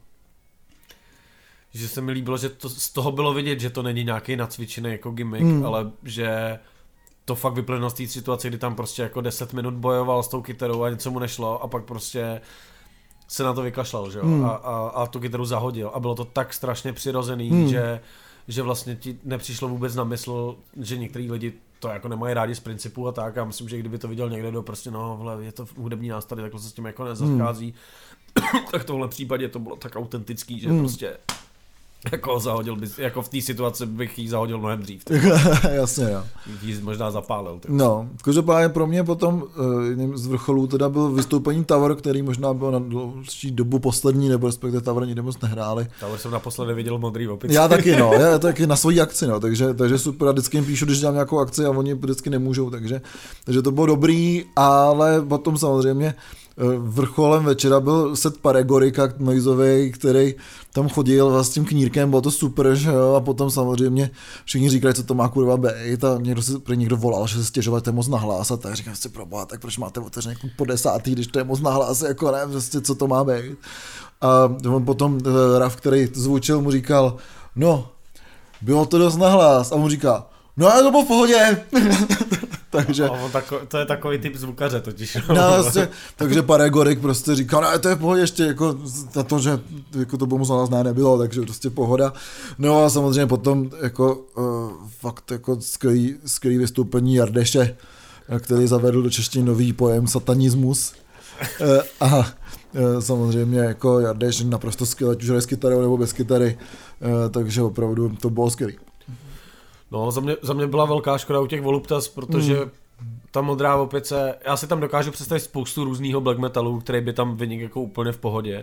že se mi líbilo, že to, z toho bylo vidět, že to není nějaký nacvičený jako gimmick, ale že to fakt vyplynulo z té situace, kdy tam prostě jako 10 minut bojoval s tou kytarou a něco mu nešlo a pak prostě se na to vykašlal, že jo, a tu kytaru zahodil a bylo to tak strašně přirozený, že vlastně ti nepřišlo vůbec na mysl, že některý lidi to jako nemají rádi z principu a tak a myslím, že kdyby to viděl někde do prostě no, vle, je to hudební nástroj, takhle se s tím jako nezachází, tak v tomhle případě to bylo tak autentický, že prostě jako zahodil bys, jako v té situaci bych jí zahodil mnohem dřív. Jasně, jo. Jí možná zapálil. Tak. No, každopádně pro mě potom jedním z vrcholů teda byl vystoupení Tower, který možná byl na dlouhší dobu poslední, nebo respektive Tower nikdy moc nehráli. Tower jsem naposledy viděl Modrý opici. Já taky, no, já taky na svojí akci, no, takže super, a vždycky jim píšu, když dělám nějakou akci a oni vždycky nemůžou, takže to bylo dobrý, ale potom samozřejmě vrcholem večera byl set Paregorika noizový, který tam chodil s tím knírkem, bylo to super, že jo, a potom samozřejmě všichni říkali, co to má kurva být a někdo volal, že se stěžovat, to je moc nahlas a tak říkám si proboha, tak proč máte otevřené po 10, když to je moc nahlas, jako ne, prostě co to má být. A on potom Raf, který zvučil, mu říkal, no, bylo to dost nahlas a on říká, no ale to bylo v pohodě. Takže to je takový typ zvukaře totiž. No, vlastně, takže Paregorik prostě říkal, no to je v pohodě ještě, jako na to, že jako to bomu znalazné nebylo, takže prostě pohoda. No a samozřejmě potom jako fakt jako skvělý vystoupení Jardeše, který zavedl do češtiny nový pojem satanismus. A samozřejmě jako Jardeš naprosto skvělý, ať už hraje s kytarou nebo bez kytary, takže opravdu to bylo skvělý. No, za mě byla velká škoda u těch Voluptas, protože ta Modrá opice, já si tam dokážu představit spoustu různýho black metalu, který by tam vynikl jako úplně v pohodě.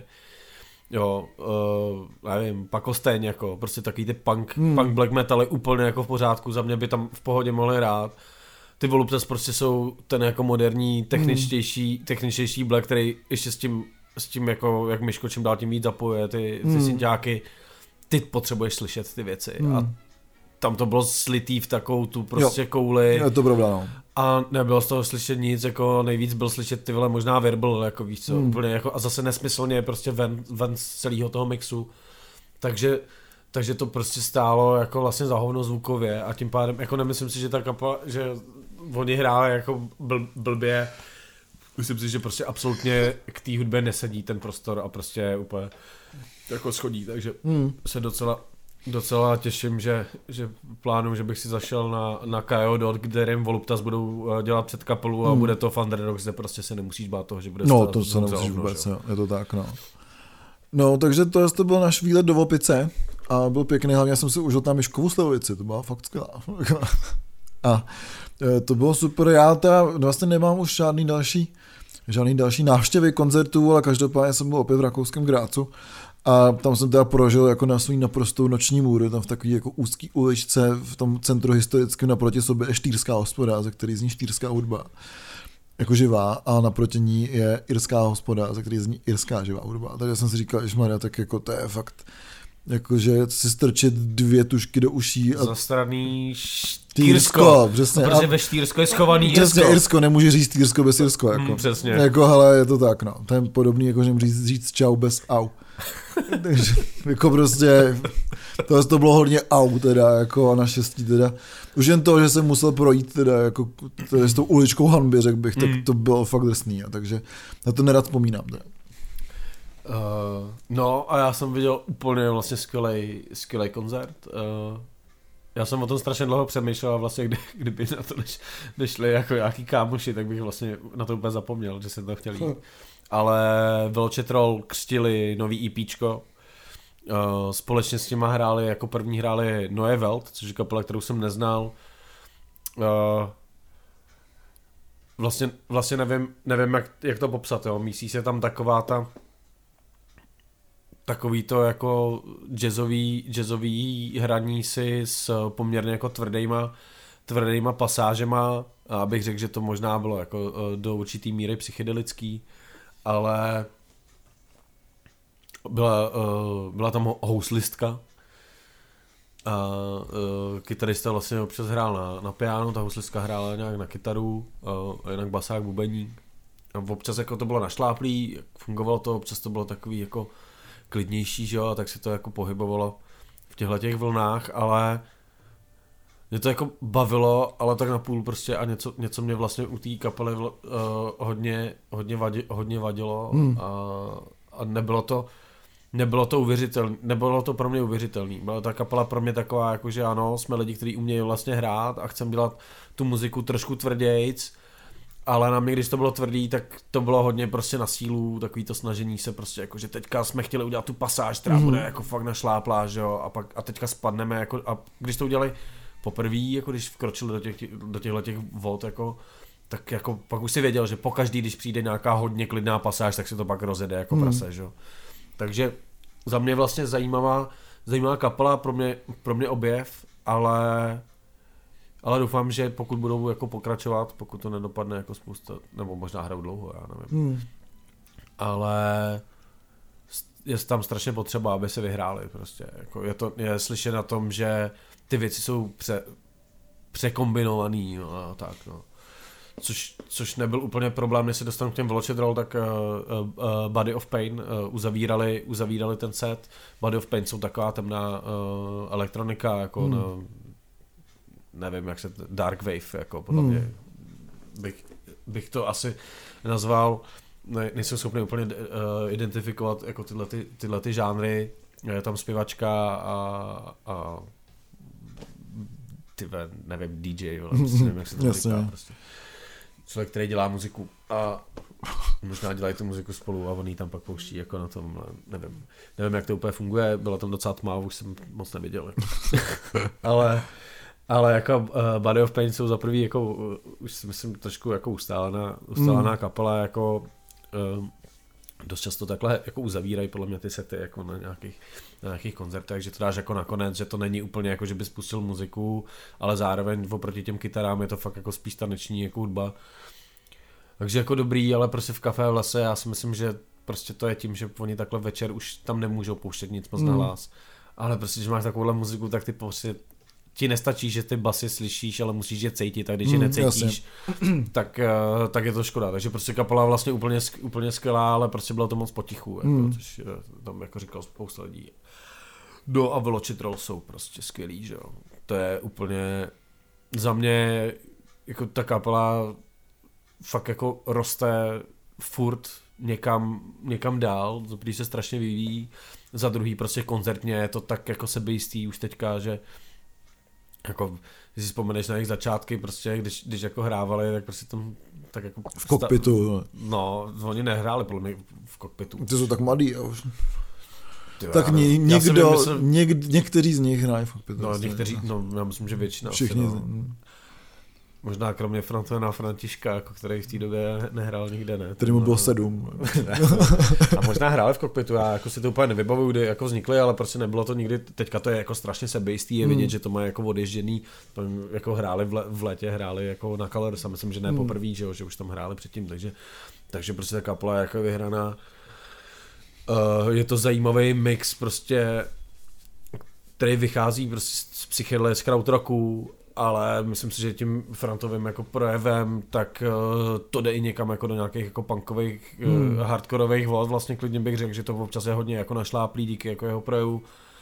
Jo, nevím, Pakostejn jako, prostě takový ty punk black metaly úplně jako v pořádku, za mě by tam v pohodě mohli hrát. Ty Voluptas prostě jsou ten jako moderní, techničtější black, který ještě s tím jako, jak Myško čím dál tím víc zapojuje ty synťáky, ty potřebuješ slyšet ty věci a tam to bylo slitý v takovou tu prostě kouli. Je to pravda, no. A nebylo z toho slyšet nic, jako nejvíc byl slyšet ty vole možná verbal, jako víš co, úplně jako a zase nesmyslně prostě ven z celého toho mixu. Takže to prostě stálo jako vlastně za hovno zvukově a tím pádem, jako nemyslím si, že ta kapela, že oni hráli jako blbě, myslím si, že prostě absolutně k té hudbě nesedí ten prostor a prostě úplně jako schodí, takže se docela těším, že plánuju, že bych si zašel na KO, kde Rem Voluptas budou dělat před kapelu a bude to Thunder Rocks, kde prostě se nemusíš bát toho, že bude no to se nemusíš vůbec, jo. Je to tak, no. No, takže to byl náš výlet do Vopice a byl pěkný, hlavně jsem si užil tam Myškovu slivovici, to byla fakt skvělá. A to bylo super, já vlastně nemám už žádný další návštěvy koncertů, ale každopádně jsem byl opět v rakouském Grácu a tam jsem teda prožil jako na svůj naprostou noční můru, tam v takový jako úzký uličce v tom centru historickém naproti sobě je štýrská hospoda, ze který zní štýrská hudba jako živá a naproti ní je irská hospoda, ze který zní irská živá hudba. Takže jsem si říkal, ježmarja, tak jako to je fakt jakože si strčit 2 tužky do uší a zastraný Štýrsko, přesně. A protože ve Štýrsko je schovaný Irsko. Přesně, Irsko, nemůže říct Štýrsko bez Irsko, jako. Přesně. Jako, hele, je to tak, no. To je podobný, jako že říct čau bez au. Takže, jako prostě, to bylo hodně au, teda, jako a naštěstí, teda. Už jen to, že jsem musel projít, teda, jako, s tou uličkou hanby, řekl bych, tak to bylo fakt drsný, takže na to nerad vzpomínám, teda. No a já jsem viděl úplně vlastně skvělej koncert. Já jsem o tom strašně dlouho přemýšlel a vlastně kdyby na to nešli jako nějaký kámoši, tak bych vlastně na to úplně zapomněl, že jsem to chtěl jít. Ale Velocetrol křtili nový EPčko. Společně s nima jako první hráli Neue Welt, což je kapela, kterou jsem neznal. Vlastně nevím jak to popsat, jo. Mísí se tam takový to jako jazzový hraní si s poměrně jako tvrdýma pasážema a abych řekl, že to možná bylo jako do určitý míry psychedelický, ale byla tam houslistka a kytarista vlastně občas hrál na piano, ta houslistka hrála nějak na kytaru, jinak basák, bubeník. A občas jako to bylo našláplý, fungovalo to, občas to bylo takový jako klidnější, že jo, a tak se to jako pohybovalo v těchto vlnách, ale mě to jako bavilo, ale tak napůl prostě a něco mě vlastně u té kapely hodně vadilo a nebylo to uvěřitelné, nebylo to pro mě uvěřitelné. Byla ta kapela pro mě taková, jako že ano, jsme lidi, kteří umějí vlastně hrát a chcem dělat tu muziku trošku tvrdějc, ale na mě, když to bylo tvrdý, tak to bylo hodně prostě na sílu, takový to snažení se prostě, jako že teďka jsme chtěli udělat tu pasáž, která bude jako fakt našláplá, že jo, a teďka spadneme, jako, a když to udělali poprvé, jako když vkročili do těchto vod, jako, tak jako pak už si věděl, že pokaždý, když přijde nějaká hodně klidná pasáž, tak se to pak rozjede jako prase, že jo. Takže za mě vlastně zajímavá kapela, pro mě objev, ale doufám, že pokud budou jako pokračovat, pokud to nedopadne jako spousta, nebo možná hrajou dlouho, já nevím. Ale je tam strašně potřeba, aby se vyhráli prostě. Jako je slyšet na tom, že ty věci jsou překombinovaný, no a tak, no. Což nebyl úplně problém, než se dostanu k těm Velocetrol, tak Body of Pain uzavírali ten set. Body of Pain jsou taková temná elektronika, jako nevím, jak se Dark Wave, jako podle mě bych to asi nazval, nejsem schopný úplně identifikovat jako tyhle ty žánry, je tam zpěvačka a nevím, DJ, prostě nevím, jak se to říká, prostě. Člověk, který dělá muziku a možná dělají tu muziku spolu a on ji tam pak pouští jako na tom, nevím, jak to úplně funguje, byla tam docela tma, už jsem moc neviděl. Ale jako Body of Pain jsou za prvý jako, už si myslím trošku jako ustálená kapela, jako dost často takhle jako uzavírají podle mě ty sety jako na nějakých koncertech, že to dáš jako nakonec, že to není úplně jako, že bys pustil muziku, ale zároveň oproti těm kytarám je to fakt jako spíš taneční jako hudba. Takže jako dobrý, ale prostě v Café v lese já si myslím, že prostě to je tím, že oni takhle večer už tam nemůžou pouštět nic moc na hlas. Ale prostě, že máš takovouhle muziku, tak ty prostě ti nestačí, že ty basy slyšíš, ale musíš je cítit, a když je necítíš, tak je to škoda. Takže prostě kapela vlastně úplně skvělá, ale prostě bylo to moc potichu, jako, což tam jako říkal spousta lidí. No a Velochitrol jsou prostě skvělí, že jo. To je úplně, za mě, jako ta kapela fakt jako roste furt někam dál, když se strašně vyvíjí, za druhý prostě koncertně je to tak jako sebejistý už teďka, že jako, když si vzpomeneš na jejich začátky, prostě, když jako hrávali, tak prostě tam tak jako... V kokpitu. No, oni nehráli podle mě v kokpitu. Ty jsou tak mladý, jo. Tak někteří z nich hrají v kokpitu. No, někteří, no, já myslím, že většina. Všichni. Možná kromě Františka Františka, jako který v té době nehrál nikde, ne? Který mu bylo 7. A možná hráli v kokpitu, já jako si to úplně nevybavuju, kdy jako vznikly, ale prostě nebylo to nikdy, teďka to je jako strašně sebejistý, je vidět, že to má jako odježděný, jako hráli v létě, hráli jako na Colors a myslím, že ne poprvé, že už tam hráli předtím, takže prostě ta kapela je jako vyhraná. Je to zajímavý mix prostě, který vychází prostě z psychedelie, z krautrocku, ale myslím si, že tím Frantovým jako projevem, tak to jde i někam jako do nějakých jako punkových, hardkorových vod, vlastně klidně bych řekl, že to občas je hodně jako našláplý díky jako jeho projevu.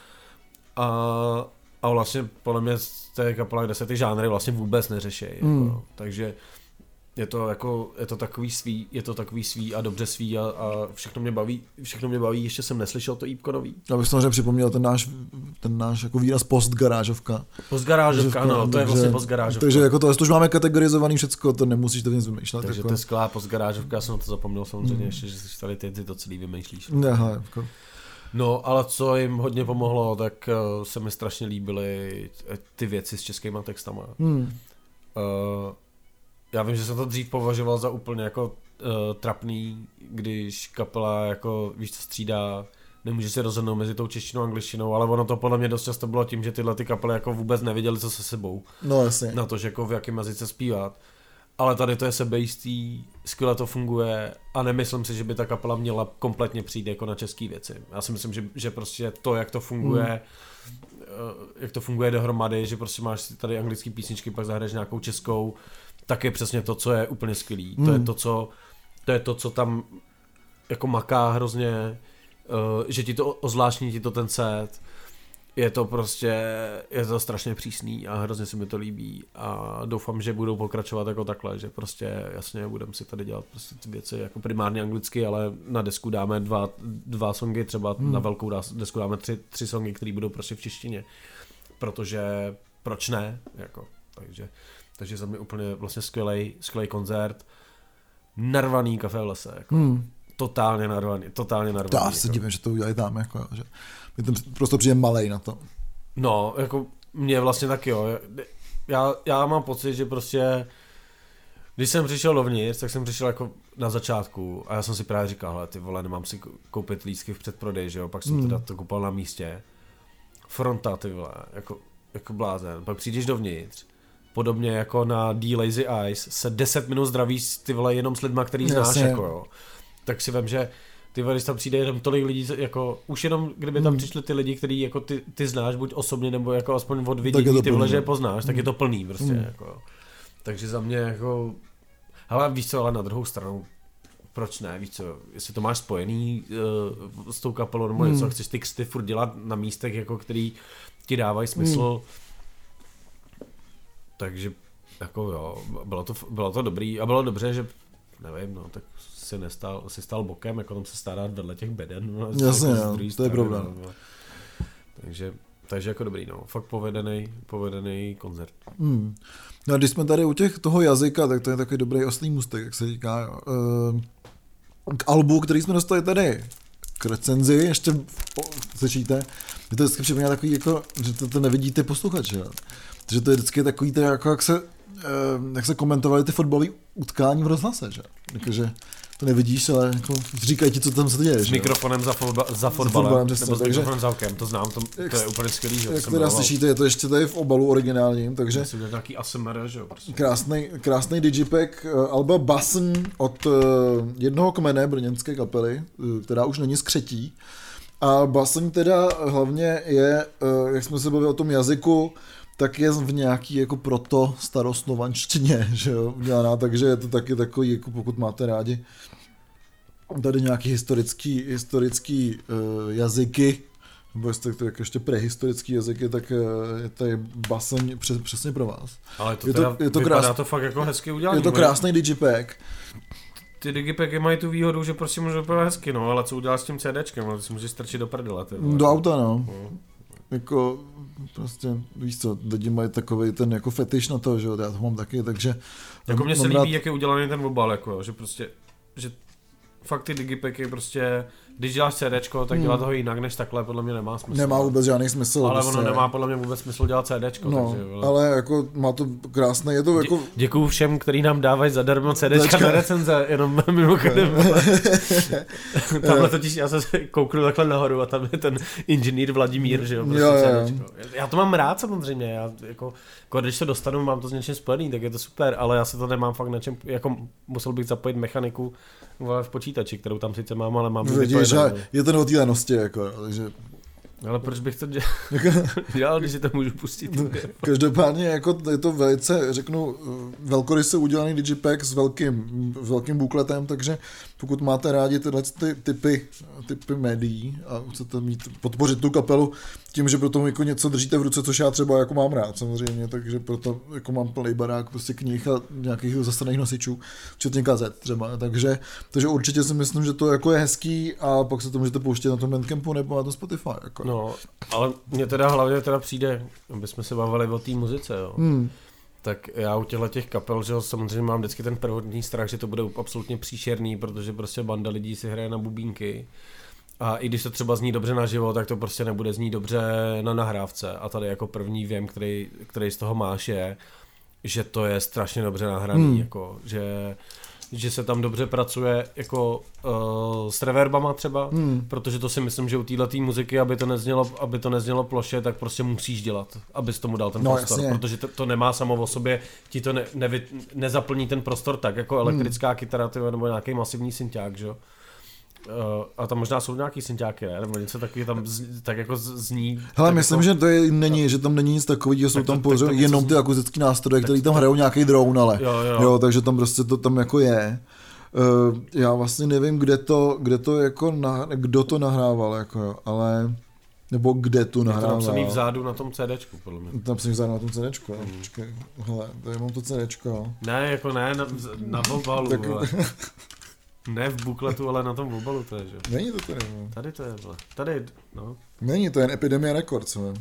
A vlastně podle mě to je kapela, kde se ty žánry vlastně vůbec neřeší, jako, takže je to takový svý a dobře svý a všechno mě baví, ještě jsem neslyšel to jípko nový. Já bych samozřejmě připomněl ten náš jako výraz postgarážovka. Postgarážovka, no, to je vlastně postgarážovka. Takže jako to už máme kategorizovaný všecko, to nemusíš to nic vymýšlet. Takže jako. to je skvělá postgarážovka, já jsem na to zapomněl samozřejmě ještě, že si tady ty to celý vymýšlíš. Aha, jako. No, ale co jim hodně pomohlo, tak se mi strašně líbily ty věci s českýma textama. Já vím, že jsem to dřív považoval za úplně jako trapný, když kapela jako, víš co, střídá, nemůže se rozhodnout mezi tou češtinou a angličtinou, ale ono to podle mě dost často bylo tím, že tyhle ty kapely jako vůbec nevěděli, co se sebou. No jasně. Na to, že jako v jakém jazyce zpívat. Ale tady to je sebejistý, skvěle to funguje a nemyslím si, že by ta kapela měla kompletně přijít jako na český věci. Já si myslím, že prostě to, jak to funguje dohromady, že prostě máš tady anglický písničky, pak zahraješ nějakou českou, tak je přesně to, co je úplně skvělý. To je to, co tam jako maká hrozně, že ti to ozvláštní, ti to ten set. Je to strašně přísný a hrozně se mi to líbí a doufám, že budou pokračovat jako takhle, že prostě jasně budeme si tady dělat prostě ty věci jako primárně anglicky, ale na desku dáme dva songy, třeba na velkou desku dáme tři songy, které budou prostě v češtině, protože proč ne, jako, takže za mě úplně vlastně skvělej koncert, narvaný kafe v lese, jako. Totálně narvaný. Já se divím, že to udělají tam, jako, že mi ten prostě přijde malej na to. No, jako mě vlastně taky, jo. Já mám pocit, že prostě, když jsem přišel dovnitř, tak jsem přišel jako na začátku a já jsem si právě říkal, hele, ty vole, nemám si koupit lístky v předprodej, že jo, pak jsem teda to koupil na místě. Fronta, ty vole, jako blázen, pak přijdeš dovnitř, podobně jako na The Lazy Eyes, se 10 minut zdravíš ty vole jenom s lidma, který znáš, jako jo. Tak si vem, že ty když tam přijde jenom tolik lidí, jako už jenom kdyby tam přišli ty lidi, který jako ty znáš buď osobně, nebo jako aspoň od vidění ty vole, že je poznáš, tak je to plný prostě, jako. Takže za mě jako, hele, víš co, ale na druhou stranu, proč ne, víš co, jestli to máš spojený s tou kapelou, nebo něco, chceš ty furt dělat na místech, jako který ti dávají smysl, takže jako jo, bylo to dobrý a bylo dobře, že nevím, no, tak si stál bokem, jako tam se stará vedle těch beden. No, jasně, jako to je problém. No. Takže jako dobrý, no, fakt povedený koncert. No a když jsme tady u toho jazyka, tak to je takový dobrý oslý můstek, jak se říká. K albu, který jsme dostali tady k recenzi, ještě slyšíte, je to vždycky připomíná takový, jako, že to nevidíte posluchače, že to je vždycky takový, jako jak se komentovali ty fotbalové utkání v rozhlase, že? Jakože to nevidíš, ale jako říkají ti, co tam se děje. S mikrofonem za fotbalem, nebo s mikrofonem za okem, to znám, to je úplně skvělý. Že? Jak teda slyšíte, je to ještě tady v obalu originálním, takže musím dělat nějaký ASMR, že jo? Prostě. Krásný digipack alba Basn od jednoho kmene brněnské kapely, která už není skřetí. A Basn teda hlavně je, jak jsme se bavili o tom jazyku, tak je v nějaký jako proto staroslovanštině, že jo, udělaná, takže je to taky takový, jako pokud máte rádi tady nějaký historický jazyky, nebo jestli to ještě prehistorický jazyky, tak je tady baseň přesně pro vás. Ale je to vypadá to fakt jako hezky udělané. Je to krásný digipack. Ty digipacky mají tu výhodu, že prostě můžou vypadat hezky, no, ale co uděláš s tím CDčkem, no, ty si můžeš strčit do prdele. Do auta, no. Jako, prostě, víš co, lidi mají takovej ten jako fetiš na to, že jo, já to mám taky, takže... Jako mně se líbí, jak je udělaný ten obal, jako, že prostě, že fakt ty digipacky prostě, když děláš CDčko, tak dělat toho jinak než takhle, podle mě nemá smysl. Nemá vůbec žádný smysl. Ale ono nemá podle mě vůbec smysl dělat CDčko. No, takže, ale jako má to krásné, je to jako... Děkuju všem, kteří nám dávají zadarmo CDčka na recenze, jenom mimochodem. Tamhle totiž, já se kouknu takhle nahoru a tam je ten inženýr Vladimír, že jo, prostě CDčko. Já to mám rád samozřejmě, já jako když se dostanu, mám to s něčím spojený, tak je to super, ale já se to nemám fakt na čem, jako musel bych zapojit mechaniku v počítači, kterou tam sice mám, ale mám... Je to o té lenosti, jako, takže... Ale proč bych to dělal, když si to můžu pustit? Každopádně jako je to velice, řeknu, velkoryse udělaný digipack s velkým bukletem, takže pokud máte rádi tyhle typy médií a chcete podpořit tu kapelu tím, že proto jako něco držíte v ruce, což já třeba jako mám rád samozřejmě, takže proto jako mám plný barák prostě knih a nějakých zastaných nosičů, včetně kazet třeba, takže určitě si myslím, že to jako je hezký a pak se to můžete pouštět na tom Bandcampu nebo na tom Spotify. Jako. No, ale mně teda hlavně přijde, aby jsme se bavili o té muzice, jo. Tak já u těch kapel, že samozřejmě mám vždycky ten prvotní strach, že to bude absolutně příšerný, protože prostě banda lidí si hraje na bubínky. A i když to třeba zní dobře naživo, tak to prostě nebude znít dobře na nahrávce. A tady jako první věm, který z toho máš, je, že to je strašně dobře nahraný, jako, že se tam dobře pracuje jako s reverbama třeba, protože to si myslím, že u této muziky, aby to neznělo ploše, tak prostě musíš dělat, abys tomu dal ten prostor, jasně. Protože to nemá samo o sobě, ti to nezaplní ten prostor tak, jako elektrická kytara nebo nějaký masivní synťák, že jo. A tam možná jsou nějaký synťáky, ne? Nebo něco takový tam tak jako zní. Hele, myslím, jako... že tam není nic takového, jsou tam jenom ty akustické nástroje, které tam hrajou nějaký drone, ale jo, takže tam prostě to tam jako je. Já vlastně nevím, kde to jako kdo to nahrával, jako jo, ale nebo kde tu nahrával. Je to napsaný vzadu na tom CDčku, podle mě. Tam jsem vzadu na tom CDčku, počkej, hele, tady mám to CDčko. Ne, jako ne, na obalu, ne v bukletu, ale na tom obalu to je, že? Není to tady, no. Tady to je, tady, no. Není, to je Epidemia Records, no.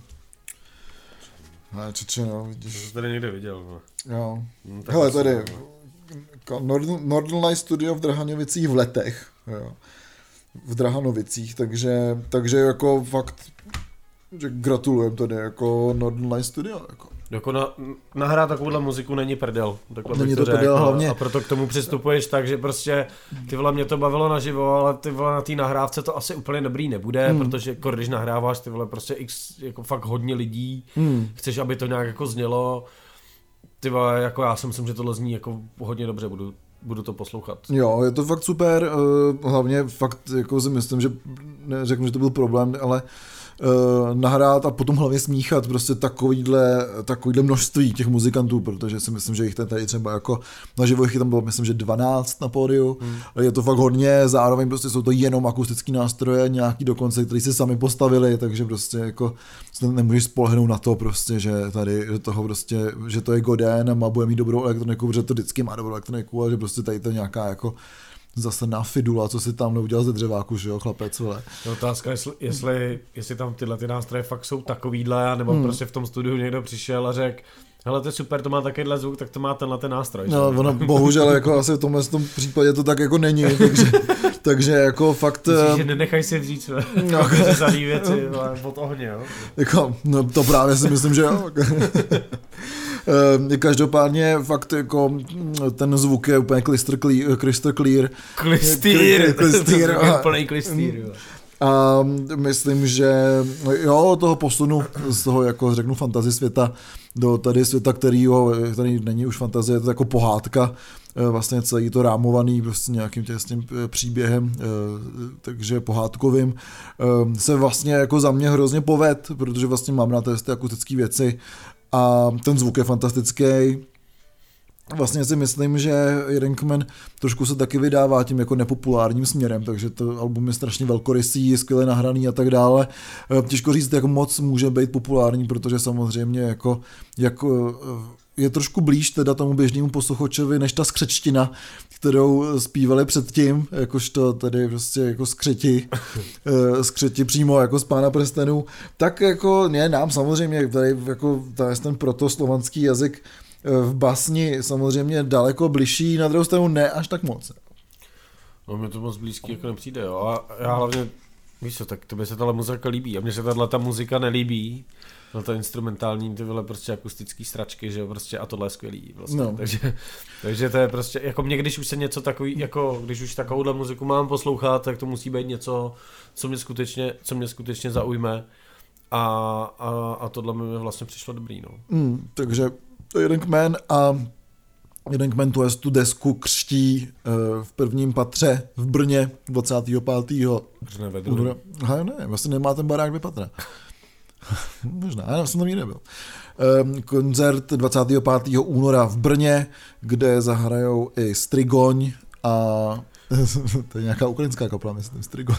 Ale čiče, no, vidíš. To tady někde viděl, no. Jo. Hele, tady, Northern Light Studio v Drahanovicích v Letech, jo. V Drahanovicích, takže jako fakt, že gratulujem tady, jako Northern Light Studio, jako. Jako nahrát takovouhle muziku není prdel. Není to prdel hlavně. A proto k tomu přistupuješ tak, že prostě ty vole, mě to bavilo naživo, ale ty vole na té nahrávce to asi úplně dobrý nebude, protože jako když nahráváš ty vole prostě jako fakt hodně lidí, chceš, aby to nějak jako znělo, ty vole, jako já si myslím, že tohle zní jako hodně dobře, budu to poslouchat. Jo, je to fakt super, hlavně fakt jako si myslím, že neřeknu, že to byl problém, ale nahrát a potom hlavně smíchat prostě takovýhle množství těch muzikantů, protože si myslím, že jich tady třeba jako naživo jich tam bylo, myslím, že 12 na pódiu, je to fakt hodně, zároveň prostě jsou to jenom akustický nástroje, nějaký dokonce, který si sami postavili, takže prostě jako nemůžeš spolehnout na to prostě, že tady do toho prostě, že to je Godin a bude mít dobrou elektroniku, protože to vždycky má dobrou elektroniku a že prostě tady to je nějaká jako zasadná fidula, co si tam neudělal ze dřeváku, že jo, chlapec, vole. Je otázka, jestli tam tyhle ty nástroje fakt jsou takovýhle, nebo prostě v tom studiu někdo přišel a řekl, hele, to je super, to má takovýhle zvuk, tak to má tenhle ten nástroj. No, ono, bohužel, jako asi v tomhle případě to tak jako není, takže jako fakt... Myslíš, že nenechaj si vzít zadý věci od ohně, jo? Jako, no to právě si myslím, že jo. Každopádně fakt jako ten zvuk je úplně crystal clear. Plný klistýr. A myslím, že jo, toho posunu z toho, jako řeknu, fantasy světa do tady světa, který není už fantazie, je to jako pohádka, vlastně celý to rámovaný prostě nějakým těsným příběhem, takže pohádkovým, se vlastně jako za mě hrozně poved, protože vlastně mám na ty akustické věci a ten zvuk je fantastický. Vlastně si myslím, že Jerenkman trošku se taky vydává tím jako nepopulárním směrem, takže to album je strašně velkorysý, skvěle nahraný a tak dále. Těžko říct, jak moc může být populární, protože samozřejmě jako je trošku blíž teda tomu běžnému posluchačovi, než ta skřečtina, kterou zpívali předtím, jakožto tady prostě jako skřeti přímo jako z Pána prstenů, tak jako nám samozřejmě tady jako ten protoslovanský jazyk v basni samozřejmě daleko bližší, na druhou stranu ne až tak moc. No mě to moc blízký jako nepřijde, jo. A já hlavně, víš co, tak tobě se tahle muzika líbí a mně se tato muzika nelíbí. No to instrumentální, ty vole prostě akustický stračky, že jo, prostě a tohle je skvělý vlastně. No. Takže to je prostě, jako mě, když už se něco takový, jako když už takovouhle muziku mám poslouchat, tak to musí být něco, co mě skutečně zaujme a tohle mi vlastně přišlo dobrý, no. Takže Jerenkman tu desku křtí v prvním patře v Brně 25. Brně ve druhém. Ne, vlastně nemá ten barák 2 patra. Možná, já jsem tam nikdy nebyl. Koncert 25. února v Brně, kde zahrajou i Strigoň a to je nějaká ukrajinská kapela, myslím, Strigoň.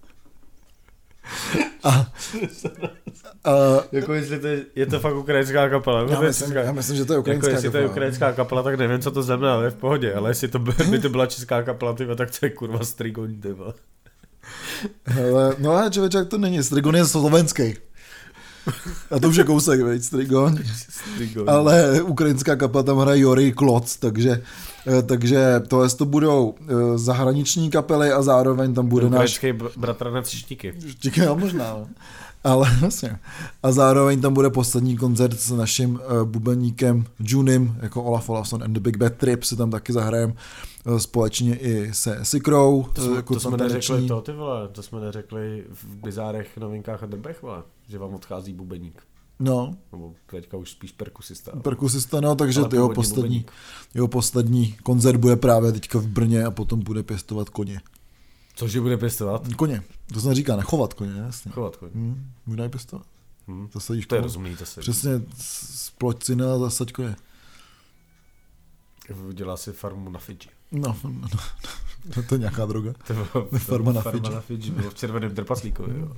Jako jestli je to fakt ukrajinská kapela. Já myslím, že to je ukrajinská jako, kapela. Jestli to je ukrajinská kapela, tak nevím, co to znamená, ale je v pohodě. Ale jestli by to byla česká kapela, tyva, tak to je kurva Strigoň, tyva. No a člověče, jak to není. Strigoň je slovenský. A to už je kousek, veď, Strigoň. Ale ukrajinská kapela tam hraje Jori Kloc, takže to budou zahraniční kapely a zároveň tam bude náš... Ukrajinský bratranec Štíky. Štíky, jo, možná. Ale vlastně. A zároveň tam bude poslední koncert s naším bubeníkem Junim, jako Olaf Olafsson and the Big Bad Trip, si tam taky zahrajem společně i se Sikrou. To jsme neřekli v bizárech, novinkách a drbech, vole, že vám odchází bubeník. No. Nebo teďka už spíš perkusista. Perkusista, no, takže jeho poslední koncert bude právě teďka v Brně a potom bude pěstovat koně. Cože bude pěstovat? Koně. To se neříká, nechovat koně, jasně. Chovat koně. Bude pěstovat. To je rozumný, to se. Přesně, sploď syna a zasaď koně. Dělá si farmu na Fidži. No, to je nějaká droga. Farma na Fidži bylo v červeném trpaslíkovi, jo.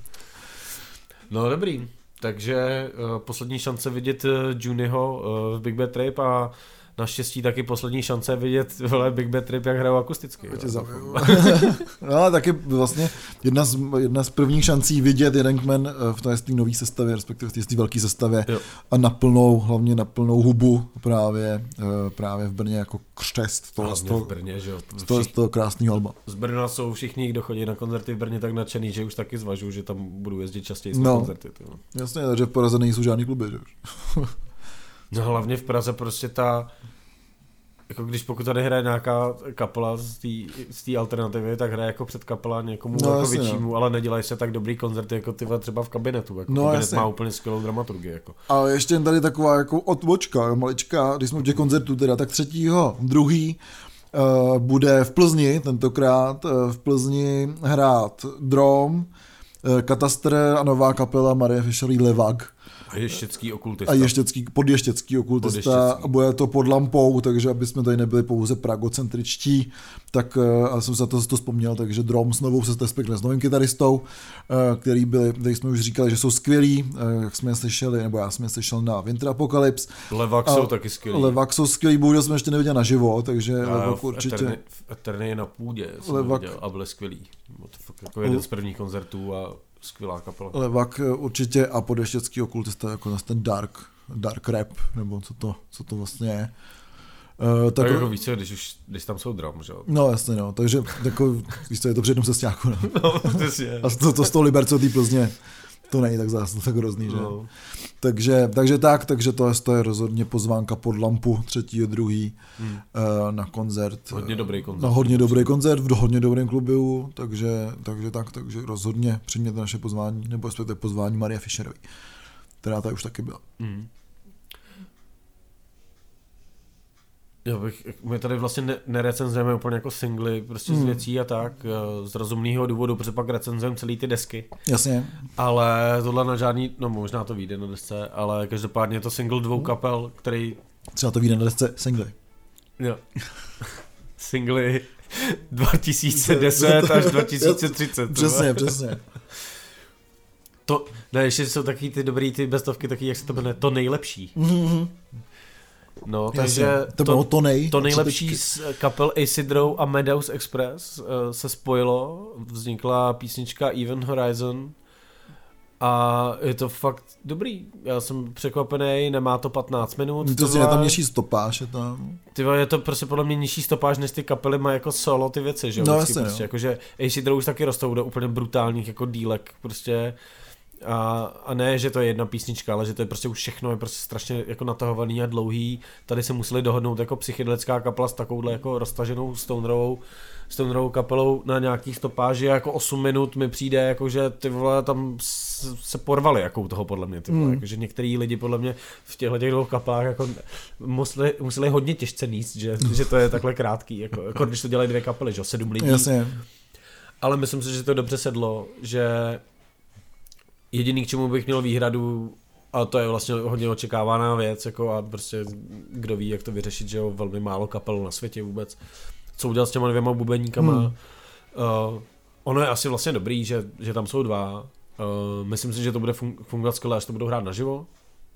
No dobrý, takže poslední šance vidět Juniho v Big Bad Trip a naštěstí taky poslední šance vidět Big Bad Trip, jak hrajou akusticky. No taky vlastně jedna z prvních šancí vidět Jerenkman v té nové sestavě, respektive v té velké sestavě, jo. A hlavně na plnou hubu právě v Brně jako křest z toho krásného alba. Z Brna jsou všichni, kdo chodí na koncerty v Brně, tak nadšený, že už taky zvažují, že tam budu jezdit častěji na koncerty. Jasně, takže v Praze nejsou žádný kluby, že? No hlavně v Praze prostě jako pokud tady hraje nějaká kapela z té alternativy, tak hraje jako předkapela někomu jako většímu, ale nedělají se tak dobrý koncerty jako třeba v Kabinetu. Jako Kabinet má úplně skvělou dramaturgii. Jako. A ještě tady taková jako odbočka, malička, když jsme u těch koncertů teda, tak 3.2. Bude v Plzni, tentokrát v Plzni hrát Drom, Katastr a nová kapela Marie Fischerový Levak. A ještěcký okultista. Podještěcký okultista. A bude to pod lampou, takže aby jsme tady nebyli pouze pragocentričtí, tak ale jsem se to vzpomněl, takže Drom s novou s novým kytaristou, který jsme už říkali, že jsou skvělí, jak jsme je slyšeli, nebo já jsem je slyšel na Winter Apocalypse. Levak jsou taky skvělí. Levak jsou skvělí, bohužel jsme ještě neviděli naživo, takže Levak určitě. Eterny na půdě jsem viděl a byli skvělí. To fakt jako jeden z prvních koncertů a skvělá kapela. Levak určitě a podještěcký okultista jako ten dark rap, nebo co to vlastně je. Tak jako víc, když tam jsou drum, že jo? No jasně, no, takže jako, víš co, je to při jednom cestáku, no. No, přesně. A to z toho Liberce, té Plzně, to není tak zase tak hrozný, že? No. Takže to je rozhodně pozvánka pod lampu 3.2. Na koncert. Hodně dobrý koncert. Na hodně dobrý koncert v hodně dobrém klubu, takže rozhodně přijměte naše pozvání, nebo respektive pozvání Marie Fischerové, která tady už taky byla. My tady vlastně nerecenzujeme úplně jako singly prostě z věcí a tak, z rozumného důvodu, protože pak recenzujeme celý ty desky. Jasně. Ale tohle na žádný, no možná to vyjde na desce, ale každopádně je to single 2 kapel, který... Třeba to vyjde na desce singly. Jo. Singly 2010 až 2030. Přesně. To, ne, ještě jsou taky ty dobrý, ty bestovky, taky, jak se to jmenuje, to nejlepší. No, takže to nejlepší z kapel Acid Row a Meadows Express se spojilo, vznikla písnička Even Horizon a je to fakt dobrý. Já jsem překvapený, nemá to 15 minut. To si je tam nižší stopáž, je tam. Je to prostě podle mě nižší stopáž, než ty kapely mají jako solo ty věci, že jo? No, jasně, prostě, jakože Acid Row už taky rostou do úplně brutálních jako dílek, prostě. A ne, že to je jedna písnička, ale že to je prostě už všechno je prostě strašně jako natahovaný a dlouhý. Tady se museli dohodnout jako psychedelická kapela s takovouhle jako roztaženou stonerovou kapelou na nějakých stopáži jako 8 minut mi přijde, jako že ty vole tam se porvali jako u toho podle mě, ty vole, jako, že některý lidi podle mě v těchto 2 kapelách jako museli hodně těžce níst, že to je takhle krátký, jako když to dělají 2 kapely, že 7 lidí. Jasně. Ale myslím si, že to dobře sedlo, že jediný, k čemu bych měl výhradu, a to je vlastně hodně očekávaná věc, jako a prostě kdo ví, jak to vyřešit, že jo, velmi málo kapel na světě vůbec, co udělat s těma 2 bubeníkama. Ono je asi vlastně dobrý, že tam jsou 2. Myslím si, že to bude fungovat skvěle, až to budou hrát naživo.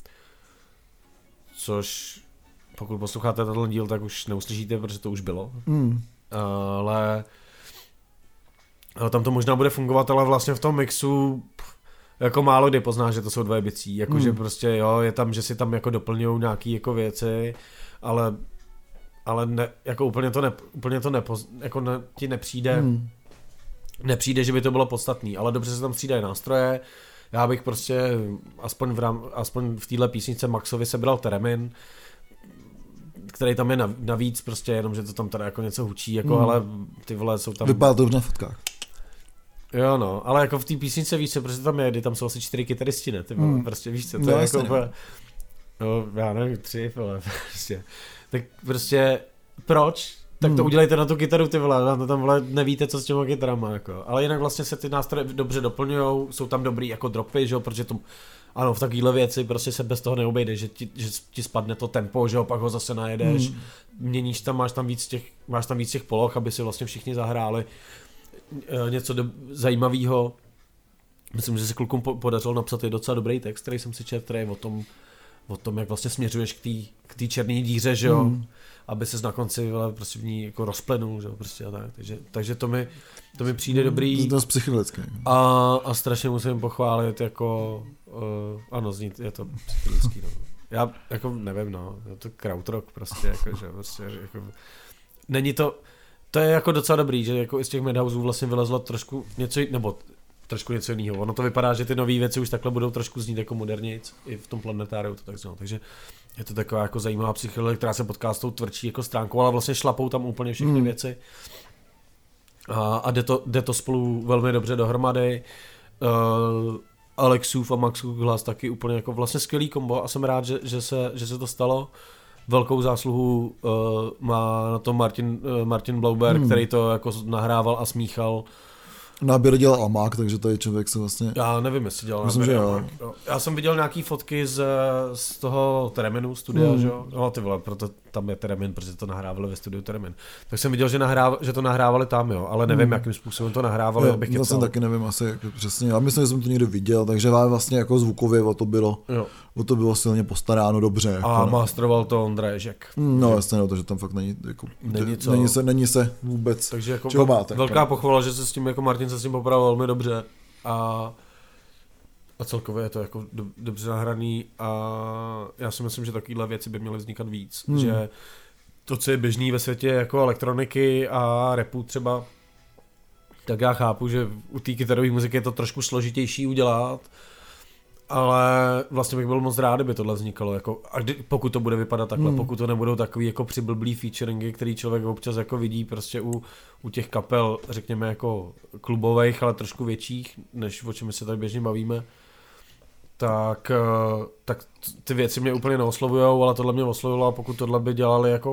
Což pokud posloucháte tenhle díl, tak už neuslyšíte, protože to už bylo. Ale tam to možná bude fungovat, ale vlastně v tom mixu jako málo kdy poznáš, že to jsou 2 bicí, jakože prostě jo, je tam, že si tam jako doplňují nějaký jako věci, ale ne, jako úplně to jako ti nepřijde, že by to bylo podstatný, ale dobře se tam střídají nástroje. Já bych prostě aspoň v téhle písničce Maxovi sebral teremin, který tam je navíc prostě, jenom že to tam teda jako něco hučí, jako, ale ty vole jsou tam... Vypadá to na fotkách. Jo no, ale jako v té písničce víš co, prostě tam je, kdy tam jsou asi 4 kytaristi, ne, ty vole, prostě víš co, to je jako úplně, no, já nevím, 3, vole, prostě, tak prostě, proč? Tak to udělejte na tu kytaru, ty vole, na to tam vole, nevíte, co s těma kytarama, jako, ale jinak vlastně se ty nástroje dobře doplňujou, jsou tam dobrý jako dropy, že jo, protože to, ano, v takovéhle věci prostě se bez toho neobejde, že ti spadne to tempo, že jo, pak ho zase najedeš, měníš tam, máš tam víc těch poloh, aby si vlastně všichni zahráli něco zajímavého. Myslím, že se klukům podařilo napsat i docela dobrý text, který jsem si četl, který je o tom, jak vlastně směřuješ k té černé díře, že jo, aby ses na konci prostě v ní jako rozplenul, že jo, prostě a tak. Takže to mi přijde dobrý. To je psychedelické. A strašně musím pochválit, jako ano, je to psychedelický, no. Já jako nevím, no, je to krautrock prostě, jako, že prostě, jako, není to je jako docela dobrý, že jako i z těch Madhouseů vlastně vylezlo trošku něco jiného. Ono to vypadá, že ty nové věci už takhle budou trošku znít jako modernějc, i v tom Planetáriu to tak znělo. Takže je to taková jako zajímavá psychedelia, která se potká s tou tvrdší jako stránkou, ale vlastně šlapou tam úplně všechny věci. A jde to spolu velmi dobře dohromady. Alexův a Maxův hlas taky úplně jako vlastně skvělý kombo a jsem rád, že se to stalo. Velkou zásluhu má na to Martin Blauberg, který to jako nahrával a smíchal. Náběr dělal Amák, takže tady člověk se vlastně... Já nevím, jestli dělal myslím, náběr že Amák. Jo. Já jsem viděl nějaký fotky z toho Tereminu studia, že jo? No ty vole, proto tam je Teremin, protože to nahrávali ve studiu Teremin. Tak jsem viděl, že to nahrávali tam, jo, ale nevím, jakým způsobem to nahrávali, abych kecal. Já jsem taky nevím asi jak přesně, já myslím, že jsem to někde viděl, takže vlastně jako zvukově o to bylo silně postaráno dobře. Jako, a masteroval to Ondra Ježek. No jasně, no, takže tam fakt není se vůbec, takže jako čeho máte. Velká pochvala, že se s tím jako Martin se s tím popravil velmi dobře a celkově je to jako dobře nahraný a já si myslím, že takovéhle věci by měly vznikat víc, že to, co je běžný ve světě jako elektroniky a rapu třeba, tak já chápu, že u té kytarové muziky je to trošku složitější udělat, ale vlastně bych byl moc rád, kdyby tohle vznikalo, jako, pokud to bude vypadat takhle, pokud to nebudou takový jako přiblblý featuringy, který člověk občas jako vidí prostě u těch kapel, řekněme jako klubových, ale trošku větších, než o čem se tady běžně bavíme, tak ty věci mě úplně neoslovujou, ale tohle mě oslovilo a pokud tohle by dělali jako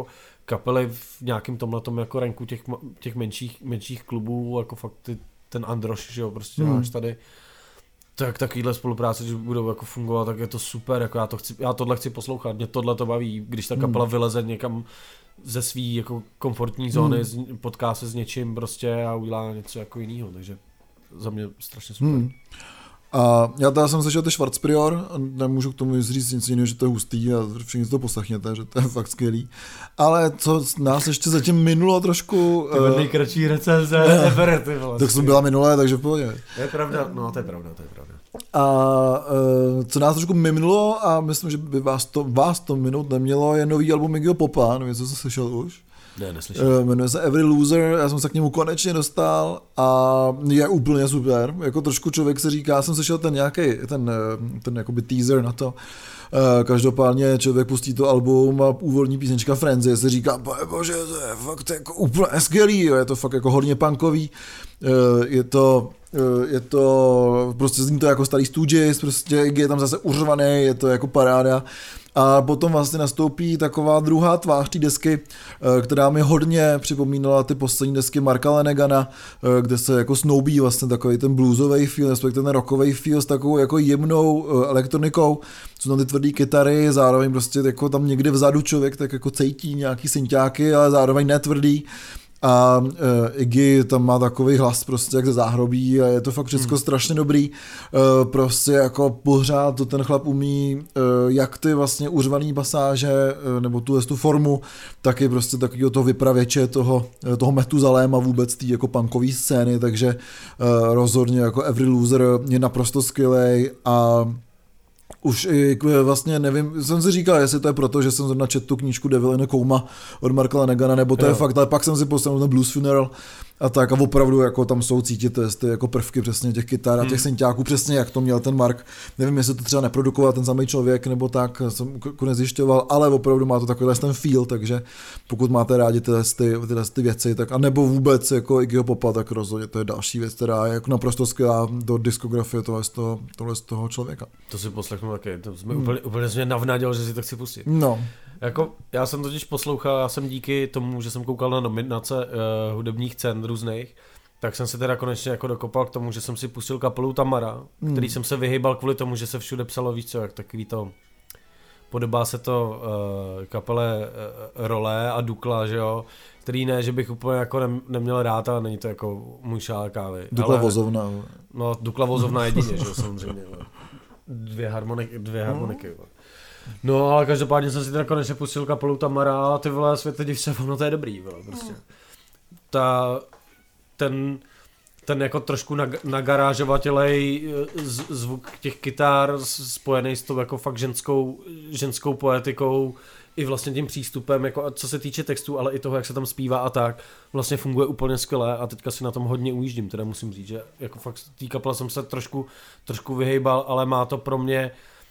kapely v nějakém tomhletom jako ranku těch menších klubů, jako fakt ten Androš, že jo, prostě máš tady, tak takovýhle spolupráce, když budou jako fungovat, tak je to super, jako já tohle chci poslouchat, mě tohle to baví, když ta kapela vyleze někam ze svý jako komfortní zóny, potká se s něčím prostě a udělá něco jako jiného, takže za mě strašně super. A já teda jsem slyšel ty Schwarzprior, nemůžu k tomu říct nic jiného, že to je hustý a všichni to poslechněte, že to je fakt skvělý. Ale co nás ještě zatím minulo trošku... To je nejkratší recenze ever, ty vole. Tak jsem byla minulé, takže v pohodě. To je pravda, no to je pravda. A co nás trošku minulo a myslím, že by vás to minut nemělo, je nový album Iggyho Popa, nevím, co jsi slyšel už. Ne, neslyšel. Jmenuje se Every Loser, já jsem se k němu konečně dostal a je úplně super. Jako trošku člověk se říká, já jsem slyšel ten nějaký, ten jakoby teaser na to. Každopádně člověk pustí to album a úvodní písnička Frenzy se říká, bože, to je fakt jako úplně skvělý, je to fakt jako hodně punkový, je to prostě zní to jako starý Stooges, prostě je tam zase uřvaný, je to jako paráda. A potom vlastně nastoupí taková druhá tvář té desky, která mi hodně připomínala ty poslední desky Marka Lanegana, kde se jako snoubí vlastně takový ten bluesový feel, respektive ten rockový feel s takovou jako jemnou elektronikou, jsou tam ty tvrdý kytary, zároveň prostě jako tam někde vzadu člověk tak jako cítí nějaký synťáky, ale zároveň netvrdý. A Iggy tam má takový hlas prostě jak ze záhrobí a je to fakt všechno strašně dobrý. Prostě jako pořád to ten chlap umí, jak ty vlastně uřvaný pasáže nebo tu formu, tak je prostě takovýho toho vypravěče, toho Metuzaléma vůbec té jako punkové scény, takže rozhodně jako Every Loser je naprosto skvělej a už vlastně nevím, jsem si říkal, jestli to je proto, že jsem zrovna četl tu knížku Devil in a Coma od Marka Lanegana, nebo to je fakt, ale pak jsem si postavil ten Blues Funeral a tak a opravdu jako tam jsou cítit ty jako prvky přesně těch kytar a těch synťáků, přesně jak to měl ten Mark. Nevím, jestli to třeba neprodukoval ten samý člověk, nebo tak, jsem nezjišťoval, ale opravdu má to takovýhle ten feel, takže pokud máte rádi tyhle věci, tak a nebo vůbec jako Iggyho Popa, tak rozhodně to je další věc, která je jako naprosto skvělá do diskografie tohle z toho člověka. To si poslechnu taky, to jsme úplně mě navnadil, že si to chci pustit. No. Jako, já jsem totiž poslouchal, já jsem díky tomu, že jsem koukal na nominace hudebních cen různých, tak jsem se teda konečně jako dokopal k tomu, že jsem si pustil kapelu Tamara, který jsem se vyhýbal kvůli tomu, že se všude psalo, víš co, jak takový to, podobá se to kapele Rolé a Dukla, že jo, který ne, že bych úplně jako neměl rád, ale není to jako můj šál kávy. Dukla Vozovna. No, Dukla Vozovna jedině, že jo, samozřejmě. Dvě harmoniky. No, ale každopádně jsem si teda konečně pustil kapelu Tamara a ty vole, světe div se, ono to je dobrý, vole, prostě. Ten jako trošku nagarážovatelej zvuk těch kytar spojený s tou jako fakt ženskou poetikou i vlastně tím přístupem, jako co se týče textu, ale i toho, jak se tam zpívá a tak, vlastně funguje úplně skvěle a teďka si na tom hodně ujíždím, teda musím říct, že jako fakt tý kapele jsem se trošku vyhejbal, ale má to pro mě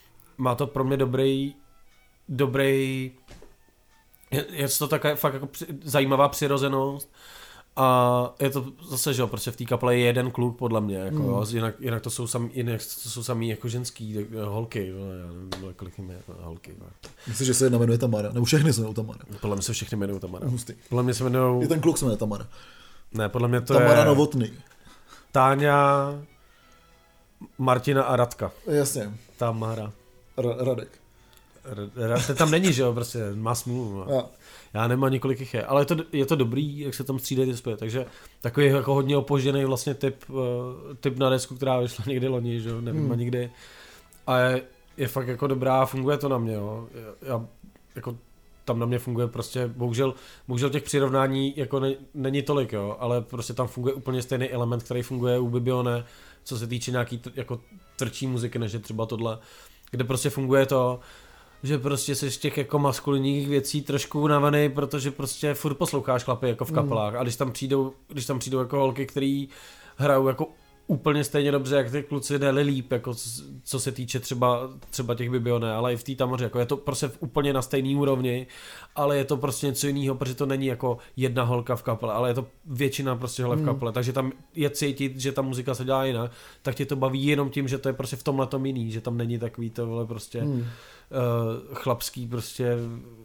dobrý je to taková fakt jako zajímavá přirozenost a je to zase, že jo, prostě v té kapele je jeden kluk podle mě, jako, jinak to jsou samý jako ženský holky, já nevím, kolik jim je holky. Myslím, že se jedna jmenuje Tamara, nebo všechny se jmenují Tamara. Podle mě se všechny jmenují Tamara. Hustý. Podle mě se jmenují... I ten kluk se jmenuje Tamara. Ne, podle mě to Tamara je... Novotný. Táňa, Martina a Radka. Jasně. Tamara. Radek. Ten tam není, že jo, prostě má smůlu. No. Já nemám několik jich je, ale je to dobrý, jak se tam střídají ty zpět, takže takový jako hodně opožděný vlastně typ na desku, která vyšla někdy loni, že jo, nevím a nikdy. A je fakt jako dobrá, funguje to na mě, jo. Já jako tam na mě funguje prostě, bohužel těch přirovnání jako není tolik, jo, ale prostě tam funguje úplně stejný element, který funguje u Bibione, co se týče nějaký jako tvrdší muziky, než je třeba tohle, kde prostě funguje to, že prostě jsi z těch jako maskulinních věcí trošku unavený, protože prostě furt posloucháš chlapy jako v kapelách a když tam přijdou jako holky, který hrajou jako úplně stejně dobře, jak ty kluci, ne líp, jako co se týče třeba těch Bibione, ale i v té Tamoře, jako je to prostě úplně na stejný úrovni, ale je to prostě něco jiného, protože to není jako jedna holka v kapele, ale je to většina prostě holek v kapele, takže tam je cítit, že ta muzika se dělá jinak, tak tě to baví jenom tím, že to je prostě v tomhletom jiný, že tam není takový to prostě chlapský prostě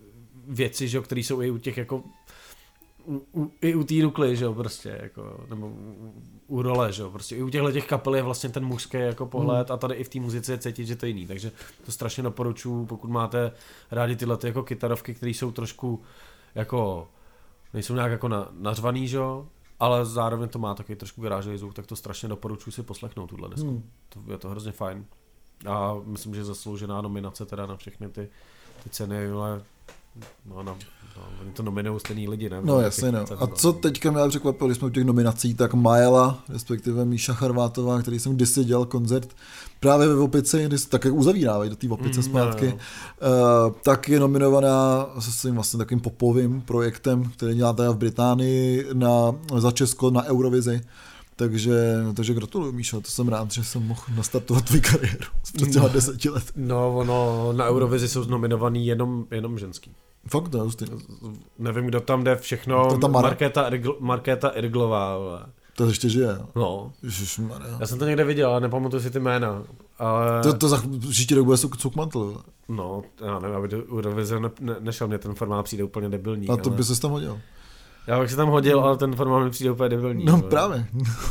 věci, že jo, které jsou i u těch jako i u té Rukly, že jo, prostě, jako, nebo u role, že jo, prostě i u těch kapel je vlastně ten mužský jako pohled a tady i v té muzice je cítit, že to je jiný, takže to strašně doporučuji, pokud máte rádi tyhle jako kytarovky, které jsou trošku jako, nejsou nějak jako nařvaný, že jo, ale zároveň to má takový trošku garážový zvuk, tak to strašně doporučuji si poslechnout tuhle desku, to je to hrozně fajn a myslím, že zasloužená nominace teda na všechny ty ceny, ale no, oni to nominují stejný lidi, ne? No jasně, no. A co teďka mě překvapilo, když jsme u těch nominací, tak Majela, respektive Míša Charvátová, který jsem kdysi dělal koncert právě ve Opici, když tak jak uzavírávají do té Opice zpátky, tak je nominovaná se svým vlastně takovým popovým projektem, který dělá teda v Británii za Česko na Eurovizi. Takže gratuluju, Míšo, to jsem rád, že jsem mohl nastartovat tvou kariéru před těma 10 let. No, ono na Eurovizi jsou nominovaný jenom ženský. Fakt, to je nevím, kdo tam jde všechno, Markéta Irglová. To ještě žije. No. Ježišmarja. Já jsem to někde viděl, ale nepamatuji si ty jména. Ale... To za příští rok bude Cukmantl. No, já nevím, aby do Eurovize nešel, mě ten formát přijde úplně debilní. A to by se tam hodil. Já bych se tam hodil, ale ten formát mi přijde úplně debilní. No právě.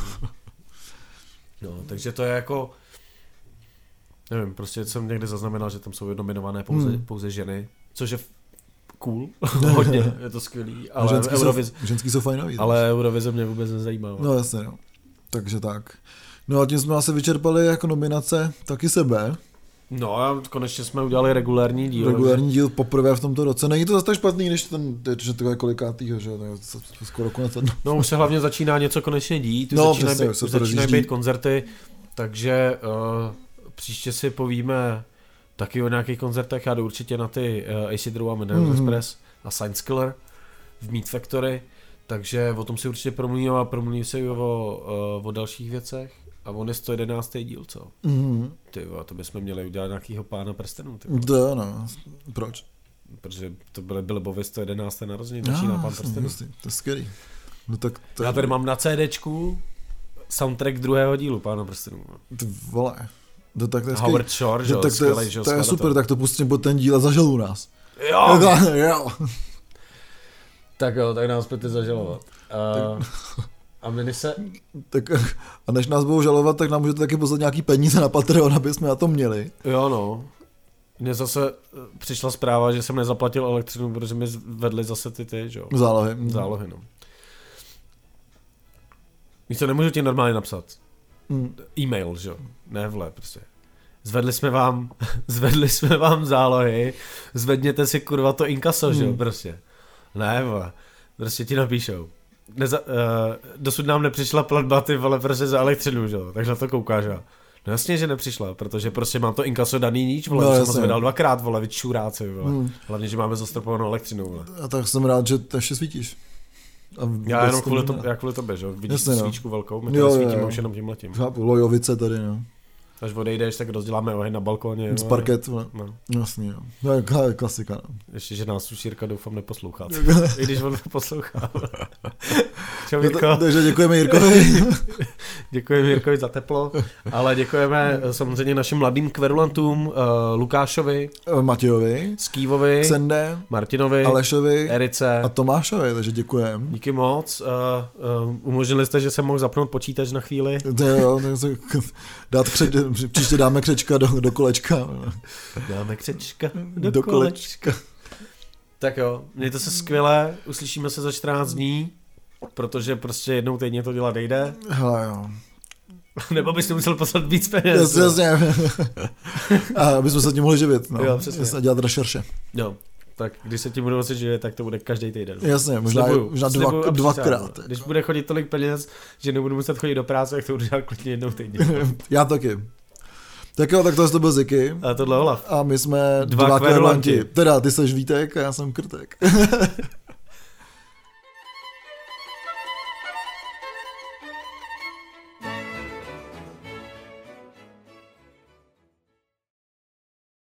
No, takže to je jako, nevím, prostě jsem někde zaznamenal, že tam jsou nominované pouze ženy, což je cool, hodně, je to skvělý, ale ženský jsou fajnový. Ale Eurovize mě vůbec nezajímá. No jasně, no. Takže tak. No a tím jsme asi vyčerpali jako nominace taky sebe. No a konečně jsme udělali regulární díl. Regulární díl poprvé v tomto roce. Není to zase tak špatný, když že to je kolikátýho, že to skoro konec. No už se hlavně začíná něco konečně dít, začínají být koncerty, takže příště si povíme taky o nějakých koncertech, já jdu určitě na ty Acid Row a Mineral Express a Science Killer v Meat Factory, takže o tom si určitě promluvím a promluvím si i o dalších věcech. A on je 111. díl, co? Tyvo, to bychom měli udělat nějakýho Pána prstenů. To no, proč? Protože to byly Bilbovi 111. narozeniny, začíná Pán prstenů. To je skvělý. No tak to já tady mám na CDčku soundtrack druhého dílu Pána prstenů. Ty vole. To tak to je Howard Shore, že jo, skvělej, že jo. To je super, tak to pustím pod ten díl a zažaluju nás. Jo! Tak jo, tak nás pojďte zažalovat. A my se... Tak a než nás budou žalovat, tak nám můžete taky poslat nějaký peníze na Patreon, aby jsme na to měli. Jo no. Mně zase přišla zpráva, že jsem nezaplatil elektřinu, protože mi vedli zase ty, že jo. Zálohy, no. Víš co, nemůžu ti normálně napsat. E-mail, že jo. Ne vle, prostě. Zvedli jsme vám zálohy, zvedněte si kurva to inkaso, že jo, prostě. Ne vle, prostě ti napíšou. Dosud nám nepřišla platba, ty vole, prostě za elektřinu, že jo, takže na to koukáš. No jasně, že nepřišla, protože prostě mám to inkaso daný níč, vole, no, jsem zvedal 2krát, vole, vy čuráci, vole. Hlavně, že máme zastropovanou elektřinu, vole. A tak jsem rád, že to ještě svítíš. Já jenom kvůli tobě, že jo, vidíš svíčku velkou, my tady svítíme už jenom tímhletím. Chápu, Lojovice tady, no. Až odejdeš, tak rozděláme oheň na balkóně. Z parket, no. Jasně, no. To je klasika, no. Ještě, že nás už Jirka doufám neposlouchá. I když on neposlouchá. Čau, Jirko. Takže děkujeme Jirkovi. Děkujeme Jirkovi za teplo, ale děkujeme samozřejmě našim mladým kverulantům, Lukášovi, Matějovi, Skývovi, Xende, Martinovi, Alešovi, Erice a Tomášovi, takže děkujeme. Díky moc. Umožnili jste, že jsem mohl zapnout počítač na chvíli. Jo, příště dáme křečka do kolečka. Dáme křečka do kolečka. Tak jo, mějte se skvěle, uslyšíme se za 14 dní, protože prostě jednou týdně to dělat nejde. Hele jo. Nebo bys musel poslat víc peněz. Jasně. A aby jsme se tím mohli živit. No. Jo, přesně. A dělat rešerše. Jo. Tak když se tím budou moci živit, tak to bude každý týden. Jasně, možná dvakrát. Když bude chodit tolik peněz, že nebudu muset chodit do práce, tak to budu dělat klidně jednou týdně. Já taky. Tak jo, tak tohle to byl Ziky. A tohle Olaf. A my jsme dva kverulanti. Teda ty seš Vítek a já jsem Krtek.